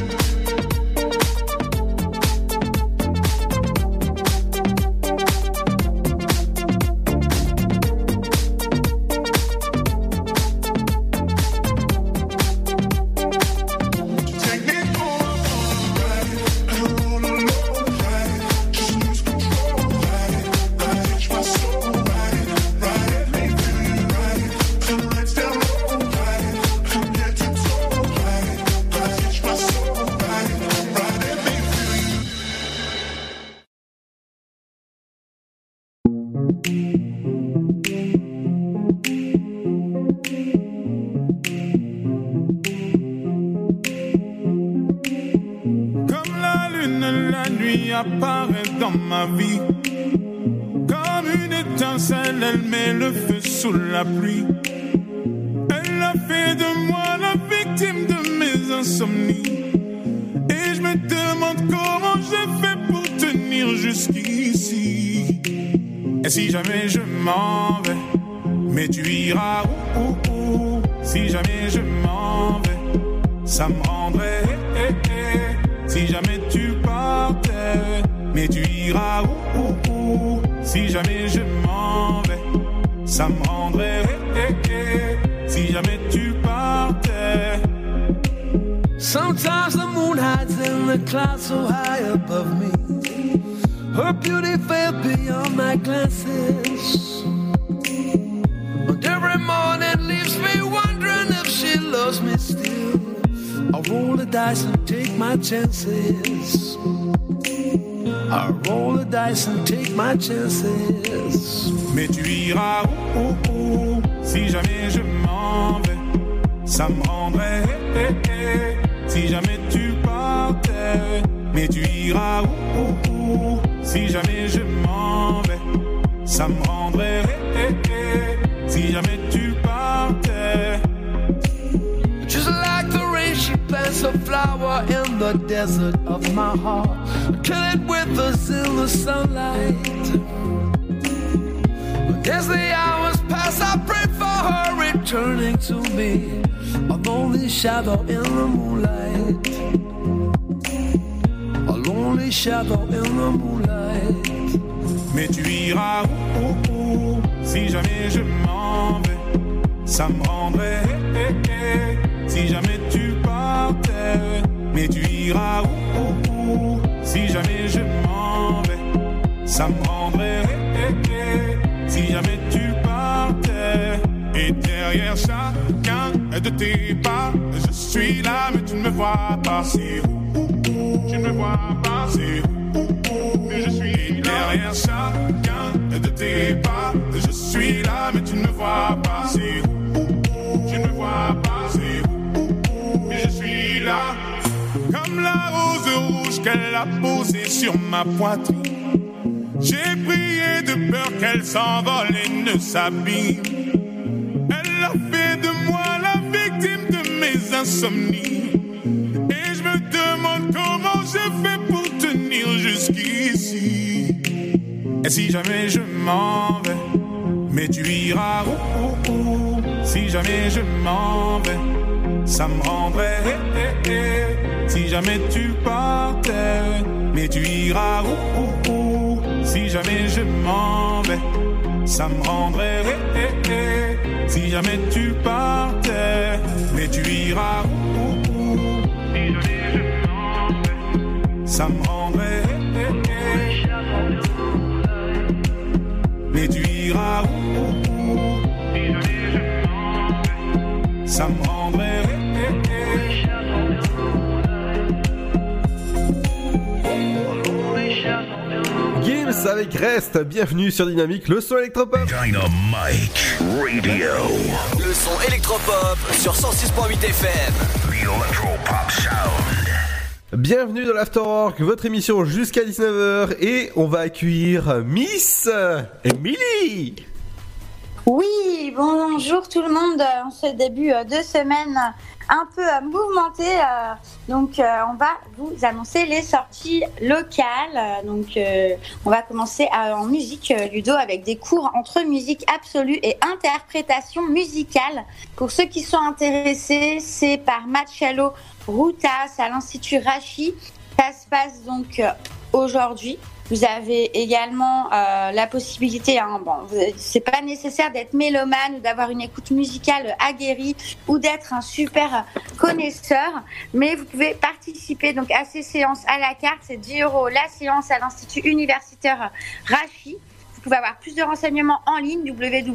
Comme la lune, la nuit apparaît dans ma vie. Comme une étincelle, elle met le feu sous la pluie. Elle a fait de moi la victime de mes insomnies. Et je me demande comment j'ai fait pour tenir jusqu'ici. Et si jamais je m'en vais, mais tu iras où. Si jamais je m'en vais, ça me rendrait. Si jamais tu partais, mais tu iras où. Si jamais je m'en vais, ça me rendrait. Si jamais tu partais. Sometimes the moon hides in the clouds so high above me. Her beauty fell beyond my glances. And every morning leaves me wondering if she loves me still. I roll the dice and take my chances. I roll the dice and take my chances. Mais tu iras où. Si jamais je m'en vais, ça me rendrait. Si jamais tu partais, mais tu iras où. Si jamais je m'en vais, ça me rendrait. Si jamais tu partais. Just like the rain, she plants a flower in the desert of my heart. Kill it with us in the sunlight. But as the hours pass, I pray for her returning to me. A lonely shadow in the moonlight. A lonely shadow in the moonlight. Mais tu iras où. Si jamais je m'en vais, ça me rendrait. Si jamais tu partais, mais tu iras où. Si jamais je m'en vais, ça me rendrait. Si jamais tu partais. Et derrière chacun de tes pas, je suis là mais tu ne me vois pas. C'est où. Tu ne me vois pas. C'est où. Mais je suis derrière chacun de tes pas, je suis là mais tu ne me vois pas. C'est où. Tu ne me vois pas. C'est où. Mais je suis là. Comme la rose rouge qu'elle a posée sur ma poitrine. J'ai prié de peur qu'elle s'envole et ne s'abîme. Elle a fait de moi la victime de mes insomnies. Et je me demande comment j'ai fait pour tenir jusqu'ici. Et si jamais je m'en vais, mais tu iras où. Si jamais je m'en vais, ça me rendrait. Si jamais tu partais, mais tu iras où. Si jamais je m'en vais, ça me rendrait. Si jamais tu partais, mais tu iras où. Si jamais je m'en vais, ça me rendrait. Mais tu iras où. Si jamais je m'en vais, ça me rendrait. avec Rest. Bienvenue sur Dynamique, le son électropop. Dynamique Radio. Le son électropop sur 106.8 FM. The Electropop Sound. Bienvenue dans l'Afterwork, votre émission jusqu'à 19h et on va accueillir Miss Emily. Oui, bonjour tout le monde. En ce début de semaine un peu mouvementé, donc on va vous annoncer les sorties locales. Donc on va commencer en musique ludo avec des cours entre musique absolue et interprétation musicale. Pour ceux qui sont intéressés, c'est par Marcello Routas à l'Institut Rachi. Ça se passe donc aujourd'hui. Vous avez également la possibilité, c'est pas nécessaire d'être mélomane ou d'avoir une écoute musicale aguerrie ou d'être un super connaisseur, mais vous pouvez participer donc à ces séances à la carte. C'est 10 € la séance à l'Institut universitaire Rachi. Vous pouvez avoir plus de renseignements en ligne,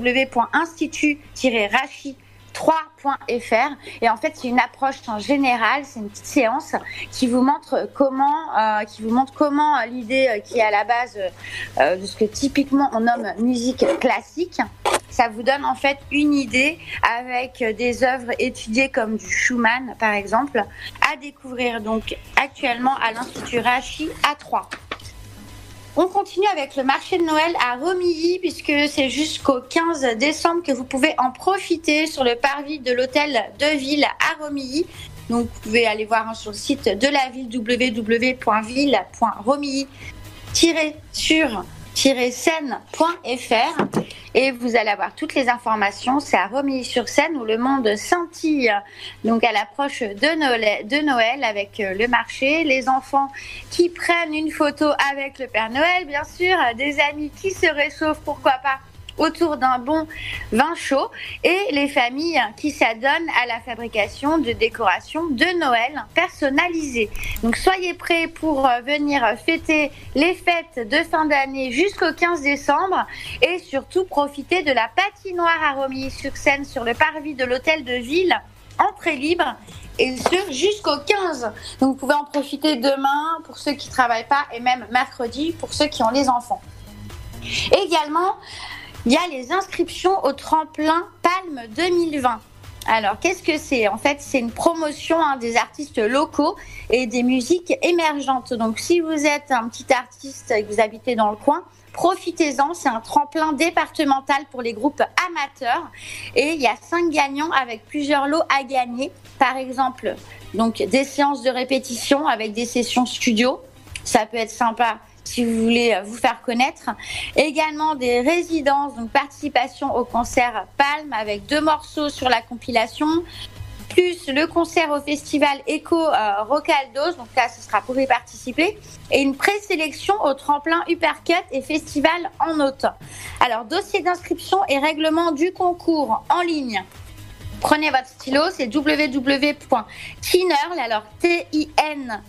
www.institut-rachi3.fr. Et en fait, c'est une approche en général, c'est une petite séance qui vous montre comment l'idée qui est à la base de ce que typiquement on nomme musique classique. Ça vous donne en fait une idée avec des œuvres étudiées comme du Schumann par exemple, à découvrir donc actuellement à l'Institut Rachi à Troyes. On continue avec le marché de Noël à Romilly puisque c'est jusqu'au 15 décembre que vous pouvez en profiter sur le parvis de l'hôtel de ville à Romilly. Donc vous pouvez aller voir sur le site de la ville www.ville.romilly-sur-seine.fr et vous allez avoir toutes les informations. C'est à Romilly-sur-Seine où le monde scintille donc à l'approche de Noël avec le marché, les enfants qui prennent une photo avec le Père Noël, bien sûr, des amis qui se réchauffent, pourquoi pas, autour d'un bon vin chaud et les familles qui s'adonnent à la fabrication de décorations de Noël personnalisées. Donc soyez prêts pour venir fêter les fêtes de fin d'année jusqu'au 15 décembre et surtout profiter de la patinoire à Romilly-sur-Seine sur le parvis de l'hôtel de ville, entrée libre et ce jusqu'au 15. Donc vous pouvez en profiter demain pour ceux qui ne travaillent pas et même mercredi pour ceux qui ont les enfants. Également, il y a les inscriptions au tremplin Palme 2020. Alors, qu'est-ce que c'est ? En fait, c'est une promotion des artistes locaux et des musiques émergentes. Donc, si vous êtes un petit artiste et que vous habitez dans le coin, profitez-en. C'est un tremplin départemental pour les groupes amateurs. Et il y a 5 gagnants avec plusieurs lots à gagner. Par exemple, donc, des séances de répétition avec des sessions studio. Ça peut être sympa si vous voulez vous faire connaître. Également des résidences, donc participation au concert Palme avec 2 morceaux sur la compilation, plus le concert au festival Eco Rocaldos, donc là ce sera pour y participer, et une présélection au tremplin Uppercut et festival en hôte. Alors dossier d'inscription et règlement du concours en ligne. Prenez votre stylo, c'est www.tinerl, alors TIN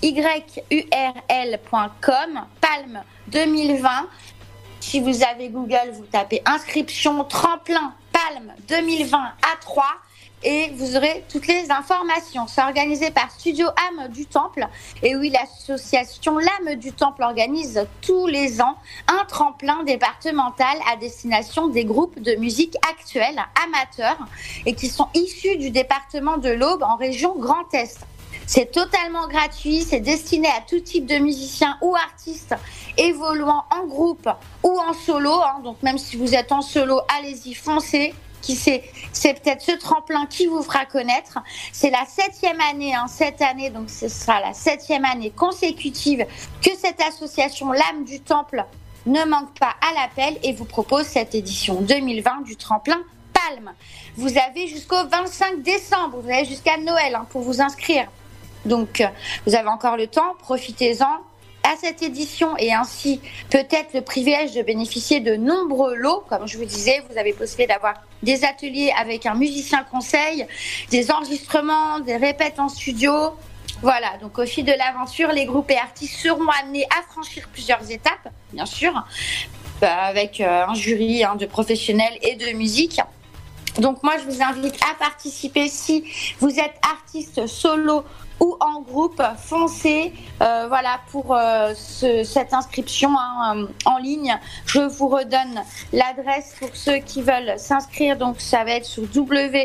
YURL.com, Palme 2020. Si vous avez Google, vous tapez inscription tremplin Palme 2020 à Troyes et vous aurez toutes les informations. C'est organisé par Studio Âme du Temple. Et oui, l'association L'Âme du Temple organise tous les ans un tremplin départemental à destination des groupes de musique actuels, amateurs, et qui sont issus du département de l'Aube en région Grand Est. C'est totalement gratuit, c'est destiné à tout type de musiciens ou artistes évoluant en groupe ou en solo. Donc même si vous êtes en solo, allez-y, foncez. Qui c'est peut-être ce tremplin qui vous fera connaître. C'est la 7e année, cette année, donc ce sera la 7e année consécutive que cette association L'Âme du Temple ne manque pas à l'appel et vous propose cette édition 2020 du tremplin Palme. Vous avez jusqu'au 25 décembre, vous avez jusqu'à Noël pour vous inscrire. Donc, vous avez encore le temps, profitez-en à cette édition et ainsi peut-être le privilège de bénéficier de nombreux lots. Comme je vous disais, vous avez possibilité d'avoir des ateliers avec un musicien conseil, des enregistrements, des répètes en studio. Voilà, donc au fil de l'aventure, les groupes et artistes seront amenés à franchir plusieurs étapes, bien sûr, avec un jury de professionnels et de musique. Donc moi, je vous invite à participer si vous êtes artiste solo ou en groupe, foncez pour cette inscription en ligne. Je vous redonne l'adresse pour ceux qui veulent s'inscrire. Donc ça va être sur www.palme,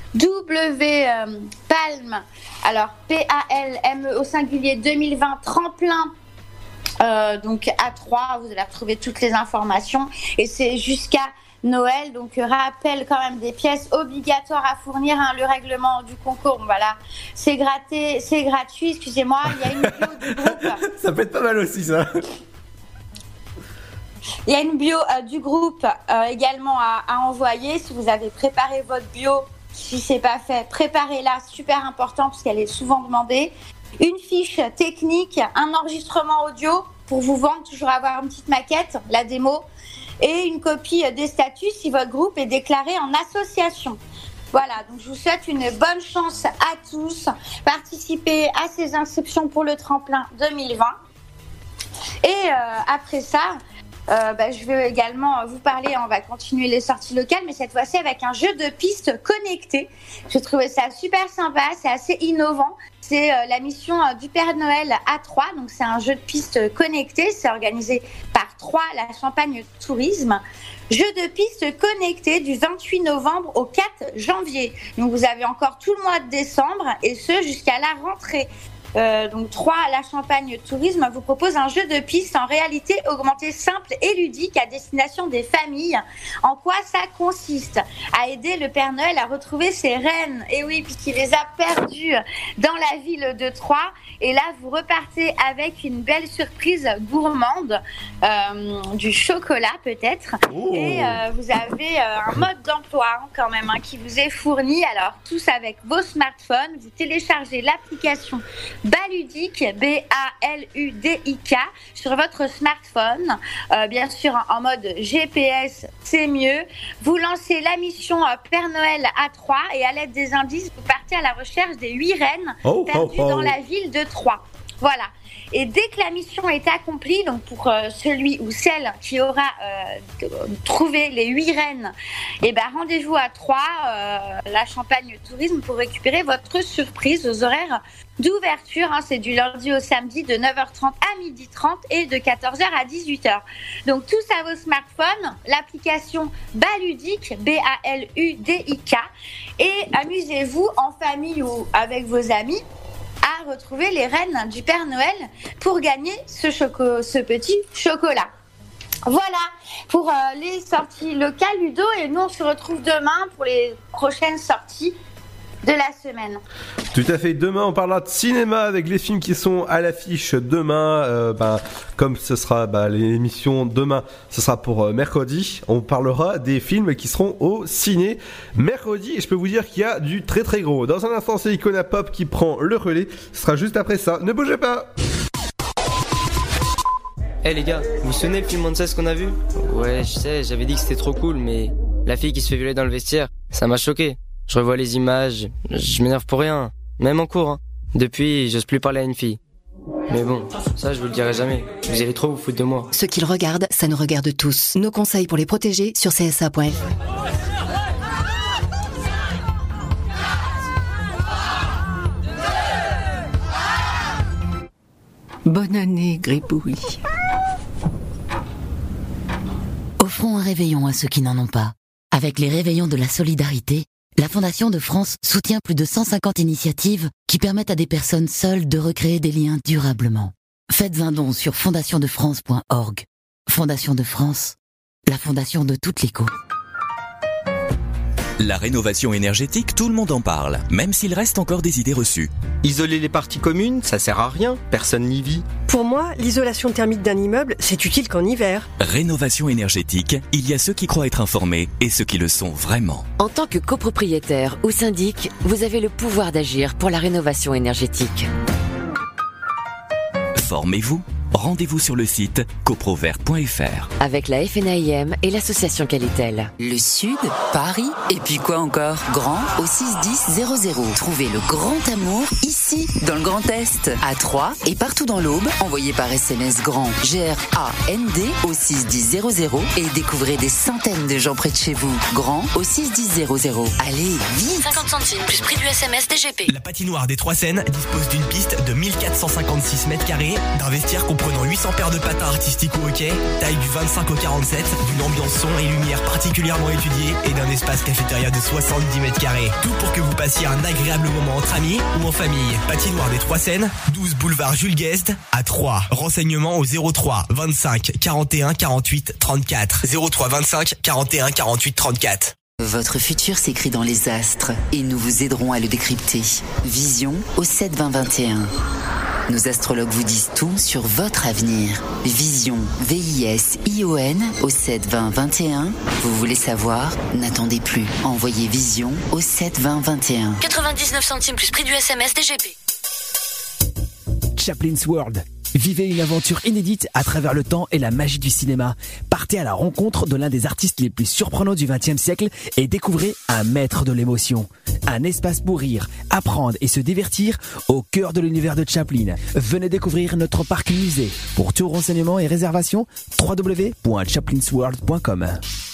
alors PALME au singulier 2020 tremplin. Donc à 3, vous allez retrouver toutes les informations et c'est jusqu'à Noël, donc rappel quand même des pièces obligatoires à fournir, le règlement du concours, voilà, c'est gratuit, excusez-moi, il y a une bio du groupe. Ça peut être pas mal aussi ça. Il y a une bio du groupe également à envoyer. Si vous avez préparé votre bio, si c'est pas fait, préparez-la, super important parce qu'elle est souvent demandée. Une fiche technique, un enregistrement audio pour vous vendre, toujours avoir une petite maquette, la démo, et une copie des statuts si votre groupe est déclaré en association. Voilà, donc je vous souhaite une bonne chance à tous. Participez à ces inscriptions pour le tremplin 2020. Et après ça, je vais également vous parler, on va continuer les sorties locales, mais cette fois-ci avec un jeu de pistes connecté. J'ai trouvé ça super sympa, c'est assez innovant. C'est la mission du Père Noël à Troyes, donc c'est un jeu de pistes connecté, c'est organisé par Troyes, la Champagne Tourisme. Jeu de pistes connecté du 28 novembre au 4 janvier. Donc vous avez encore tout le mois de décembre et ce jusqu'à la rentrée. Donc Troyes, la Champagne Tourisme vous propose un jeu de pistes en réalité augmentée simple et ludique à destination des familles. En quoi ça consiste ? À aider le Père Noël à retrouver ses rennes. Et oui, puisqu'il les a perdues dans la ville de Troyes. Et là, vous repartez avec une belle surprise gourmande, du chocolat peut-être. Oh. Et vous avez un mode d'emploi quand même qui vous est fourni. Alors tous avec vos smartphones, vous téléchargez l'application Baludic, BALUDIK, sur votre smartphone, bien sûr en mode GPS, c'est mieux. Vous lancez la mission Père Noël à Troyes et à l'aide des indices, vous partez à la recherche des 8 rennes perdues dans la ville de Troyes. Voilà. Et dès que la mission est accomplie, donc pour celui ou celle qui aura trouvé les 8 rennes, rendez-vous à Troyes, la Champagne Tourisme, pour récupérer votre surprise aux horaires d'ouverture. C'est du lundi au samedi de 9h30 à 12h30 et de 14h à 18h. Donc tous à vos smartphones, l'application Baludic, BALUDIK, et amusez-vous en famille ou avec vos amis à retrouver les rennes du Père Noël pour gagner ce petit chocolat. Voilà pour les sorties locales, Ludo, et nous on se retrouve demain pour les prochaines sorties de la semaine. Tout à fait, demain on parlera de cinéma avec les films qui sont à l'affiche demain, comme ce sera l'émission demain, ce sera pour mercredi, on parlera des films qui seront au ciné mercredi, et je peux vous dire qu'il y a du très très gros. Dans un instant, c'est Icona Pop qui prend le relais, ce sera juste après ça, ne bougez pas. Les gars, vous vous souvenez le film Monsters qu'on a vu ? Ouais, je sais, j'avais dit que c'était trop cool, mais la fille qui se fait violer dans le vestiaire, ça m'a choqué. Je revois les images, je m'énerve pour rien, même en cours. Depuis, j'ose plus parler à une fille. Mais bon, ça je vous le dirai jamais, vous allez trop vous foutre de moi. Ce qu'ils regardent, ça nous regarde tous. Nos conseils pour les protéger sur csa.fr. Bonne année, Gribouille. Offrons un réveillon à ceux qui n'en ont pas. Avec les réveillons de la solidarité, la Fondation de France soutient plus de 150 initiatives qui permettent à des personnes seules de recréer des liens durablement. Faites un don sur fondationdefrance.org. Fondation de France, la fondation de toute l'éco. La rénovation énergétique, tout le monde en parle, même s'il reste encore des idées reçues. Isoler les parties communes, ça sert à rien, personne n'y vit. Pour moi, l'isolation thermique d'un immeuble, c'est utile qu'en hiver. Rénovation énergétique, il y a ceux qui croient être informés et ceux qui le sont vraiment. En tant que copropriétaire ou syndic, vous avez le pouvoir d'agir pour la rénovation énergétique. Formez-vous. Rendez-vous sur le site coprovert.fr. Avec la FNAIM et l'association Qualitel. Le Sud, Paris, et puis quoi encore? Grand au 61000. Trouvez le grand amour ici, dans le Grand Est, à Troyes et partout dans l'Aube. Envoyez par SMS GRAND, G-R-A-N-D au 61000 et découvrez des centaines de gens près de chez vous. Grand au 61000. Allez, vite! 50 centimes plus prix du SMS DGP. La patinoire des Trois Seines dispose d'une piste de 1456 mètres carrés, d'un vestiaire comprenant 800 paires de patins artistiques ou hockey, taille du 25 au 47, d'une ambiance son et lumière particulièrement étudiée et d'un espace cafétéria de 70 mètres carrés. Tout pour que vous passiez un agréable moment entre amis ou en famille. Patinoire des Trois Seines, 12 boulevard Jules Guest à Troyes. Renseignements au 03 25 41 48 34. 03 25 41 48 34. Votre futur s'écrit dans les astres et nous vous aiderons à le décrypter. Vision au 7 20 21. Nos astrologues vous disent tout sur votre avenir. Vision, V-I-S-I-O-N au 7 20 21. Vous voulez savoir? N'attendez plus. Envoyez Vision au 7 20 21. 99 centimes plus prix du SMS DGP. Chaplin's World. Vivez une aventure inédite à travers le temps et la magie du cinéma. Partez à la rencontre de l'un des artistes les plus surprenants du XXe siècle et découvrez un maître de l'émotion. Un espace pour rire, apprendre et se divertir au cœur de l'univers de Chaplin. Venez découvrir notre parc musée. Pour tout renseignement et réservation, www.chaplinsworld.com.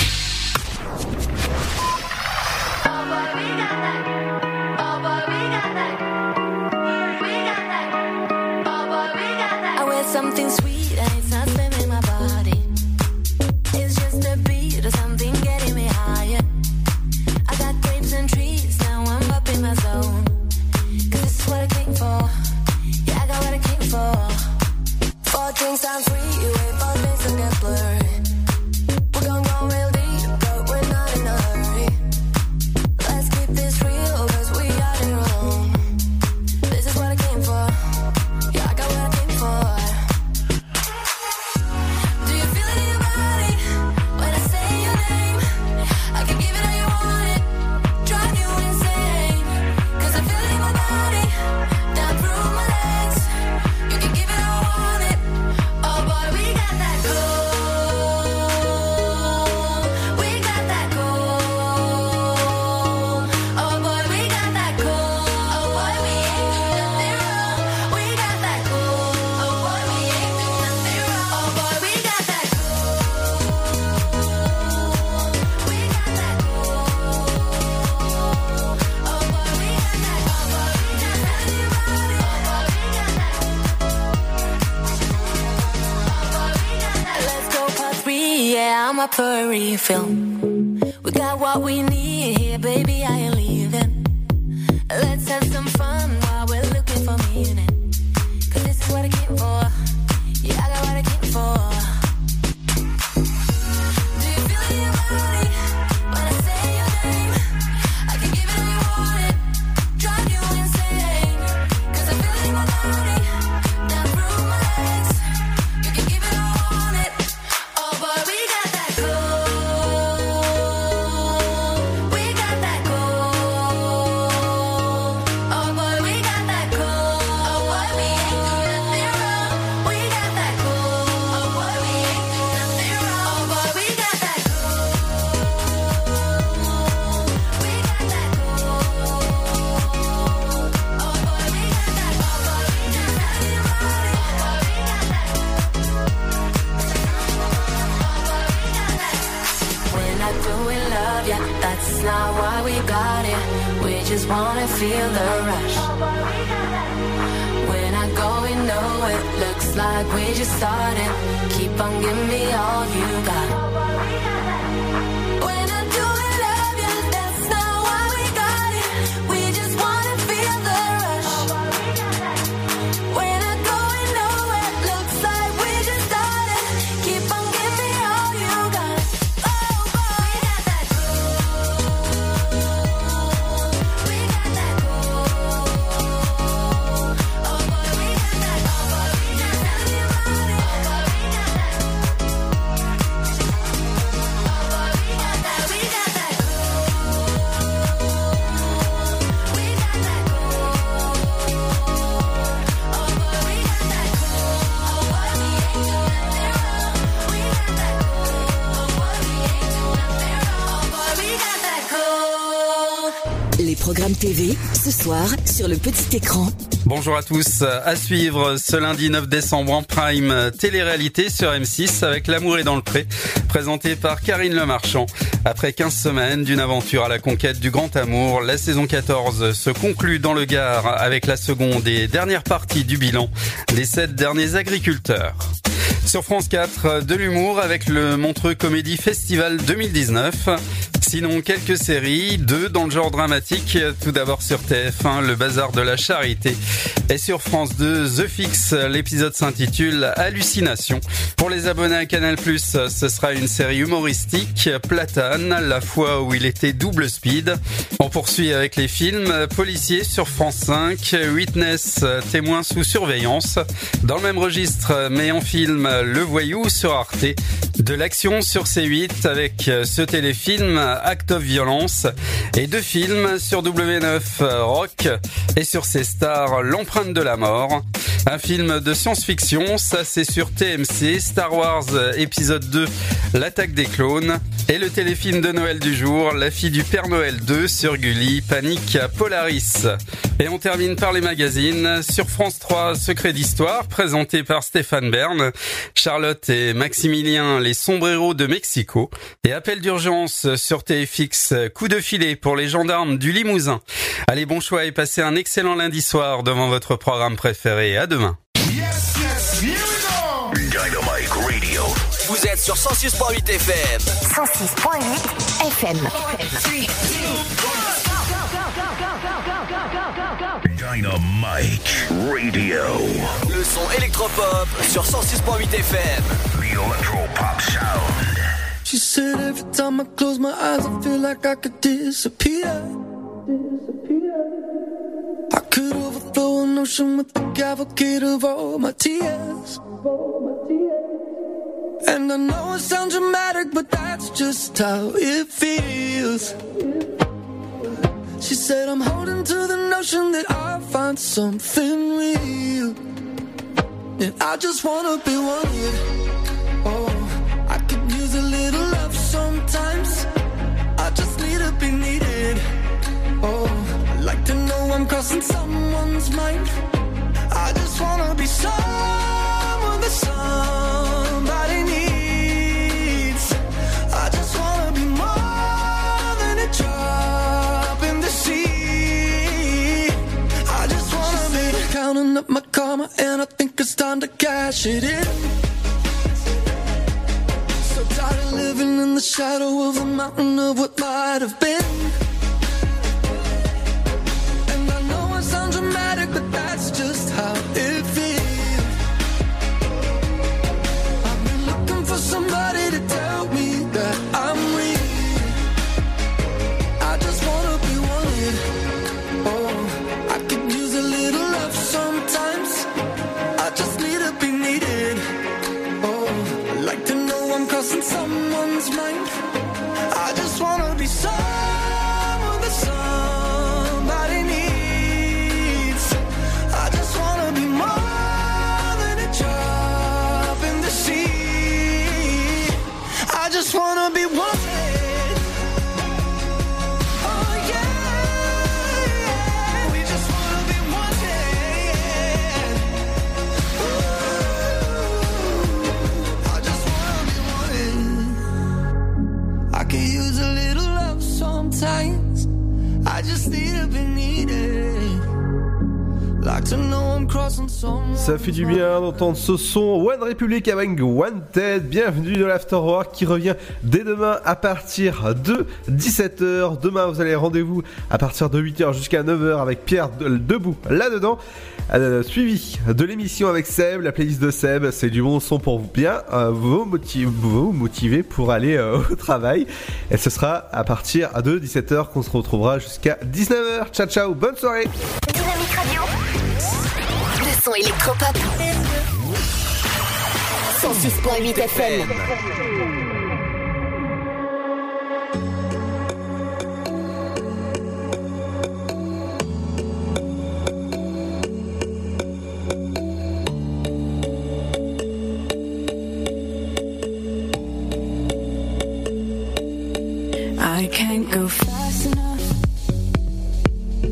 Something sweet and it's not swimming my body. It's just a beat or something getting me higher. I got grapes and trees, now I'm up in my zone. 'Cause this is what I came for. Yeah, I got what I came for. 4 drinks times 3, wait for days to get blurry. We're gonna go real deep, but we're not in a hurry. Let's keep this real, 'cause we are in Rome. This is what I came for. Yeah, I got what I came for. I'm up for a refill. We got what we need here, baby, I ain't leaving. Let's have some fun while we're looking for meaning. 'Cause this is what I came for. Yeah, I got what I came for. Do you feel it in your body when I say your name? I can give it all you want it, drive you insane. 'Cause I feel it in my body, down through my legs. You can give it all you want it. Oh boy, we got that That's not why we got it. We just wanna feel the rush. When I go, we know it looks like we just started. Keep on giving me all you got. When I do it, love you. That's not why we got it. We just wanna feel the rush. When I go, we know it looks like we just started. Keep on giving me all you got. Prime TV, ce soir, sur le petit écran. Bonjour à tous, à suivre ce lundi 9 décembre en Prime, télé-réalité sur M6 avec L'amour est dans le pré, présenté par Karine Le Marchand. Après 15 semaines d'une aventure à la conquête du grand amour, la saison 14 se conclut dans le Gard avec la seconde et dernière partie du bilan des 7 derniers agriculteurs. Sur France 4, de l'humour avec le Montreux Comédie Festival 2019. Sinon, quelques séries, 2 dans le genre dramatique. Tout d'abord sur TF1, Le Bazar de la Charité. Et sur France 2, The Fix, l'épisode s'intitule Hallucination. Pour les abonnés à Canal+, ce sera une série humoristique, Platane, la fois où il était double speed. On poursuit avec les films policiers sur France 5, Witness, témoin sous surveillance. Dans le même registre, mais en film, Le Voyou sur Arte. De l'action sur C8 avec ce téléfilm Acte of Violence et 2 films sur W9 Rock et sur ses stars L'Empreinte de la Mort. Un film de science-fiction, ça c'est sur TMC, Star Wars épisode 2, L'attaque des clones. Et le téléfilm de Noël du jour, La fille du Père Noël 2 sur Gulli, Panique à Polaris. Et on termine par les magazines. Sur France 3, Secret d'Histoire, présenté par Stéphane Bern. Charlotte et Maximilien, les sombreros de Mexico. Et Appel d'urgence sur TFX, Coup de filet pour les gendarmes du Limousin. Allez, bon choix et passez un excellent lundi soir devant votre programme préféré. À demain. Dynamite Radio. Vous êtes sur 106.8 FM. 106.8 FM. Dynamite Radio. Le son électropop sur 106.8 FM. The Electropop Sound. She said every time I close my eyes I feel like I could disappear. I could overflow an ocean with the cavalcade of all my tears. And I know it sounds dramatic, but that's just how it feels. She said I'm holding to the notion that I'll find something real. And I just wanna be wanted. Oh, I could use a little love sometimes. I just need to be needed. Oh, I'd like to know I'm crossing someone's mind. I just wanna be someone that somebody needs. I just wanna be more than a drop in the sea. I just wanna be counting up my karma and I think it's time to cash it in. So tired of living in the shadow of the mountain of what might have been. Sounds dramatic, but that's just how it feels. I've been looking for somebody to tell me that I'm real. I just wanna be wanted. Oh, I could use a little love sometimes. I just need to be needed. Oh, I'd like to know I'm crossing someone's mind. I just wanna be someone that somebody needs. I just wanna be more than a drop in the sea. I just wanna be wanted. Oh yeah, yeah. We just wanna be wanted. Ooh, I just wanna be wanted. I could use a little love sometimes. I just need to be needed. Ça fait du bien d'entendre ce son. One Republic avec Wanted. Bienvenue dans l'Afterwork qui revient dès demain à partir de 17h. Demain vous allez rendez-vous à partir de 8h jusqu'à 9h avec Pierre Debout là-dedans. Suivi de l'émission avec Seb, la playlist de Seb. C'est du bon son pour bien vous motiver pour aller au travail. Et ce sera à partir de 17h qu'on se retrouvera jusqu'à 19h. Ciao ciao, bonne soirée. Dynamique Radio. Le son électropop. 106.8 FM. I can't go fast enough.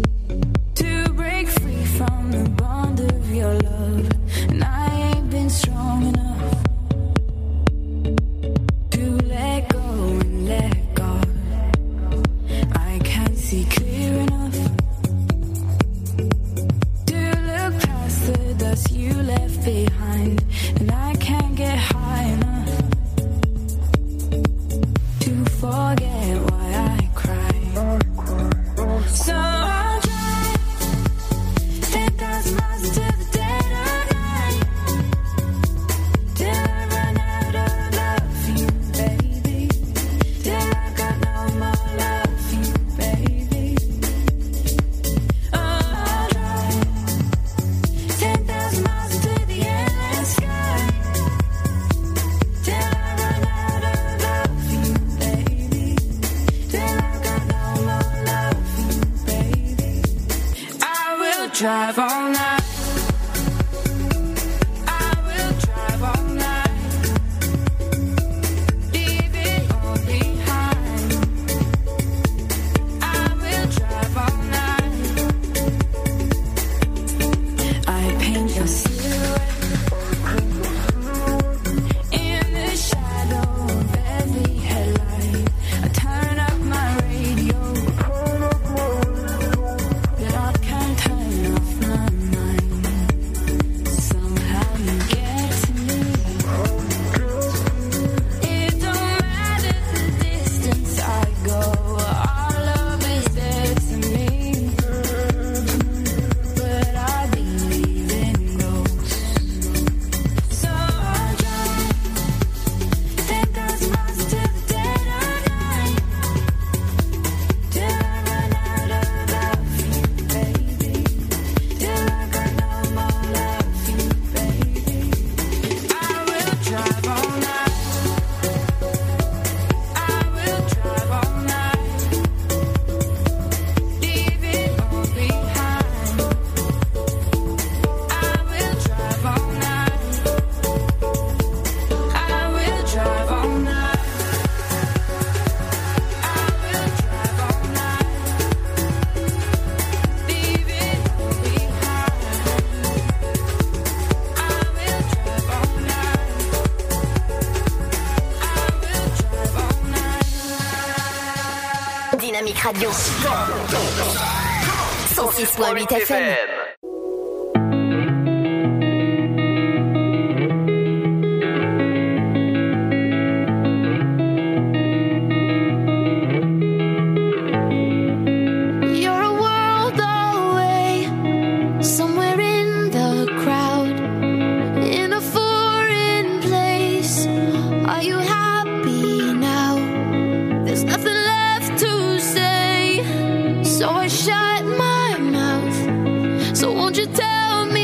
you left behind, and I can't get high enough to forget why I cry. So I'll drive 10,000 miles into the dead of night till I run out of love for you, baby. Till I got no more love for you, baby. Oh, I'll drive 10,000 miles into the endless sky till I run out of love for you, baby. Till I got no more love for you, baby. I will drive all night. I will drive all night. Leave it all behind. I will drive all night. I paint your silhouette in the shadow of every headlight. I turn up my radio, but I can't turn off my mind. Somehow you get to me. It don't matter the distance I go, our love is there to me. But I believe in ghosts. So I'll drive 10,000 miles to the dead of night till I run out of love for you, baby. Till I got no more love for you, baby. I will drive all night. I will drive all night. Leave it all behind. I will drive all night. I will drive all night. I will drive all night. Leave it all behind. I will drive all night. I will drive all night. Dynamique Radio. 106.8 FM. You're a world away, somewhere in the crowd, in a foreign place. Are you happy now? There's nothing left to say, so I shut my mouth. So won't you tell me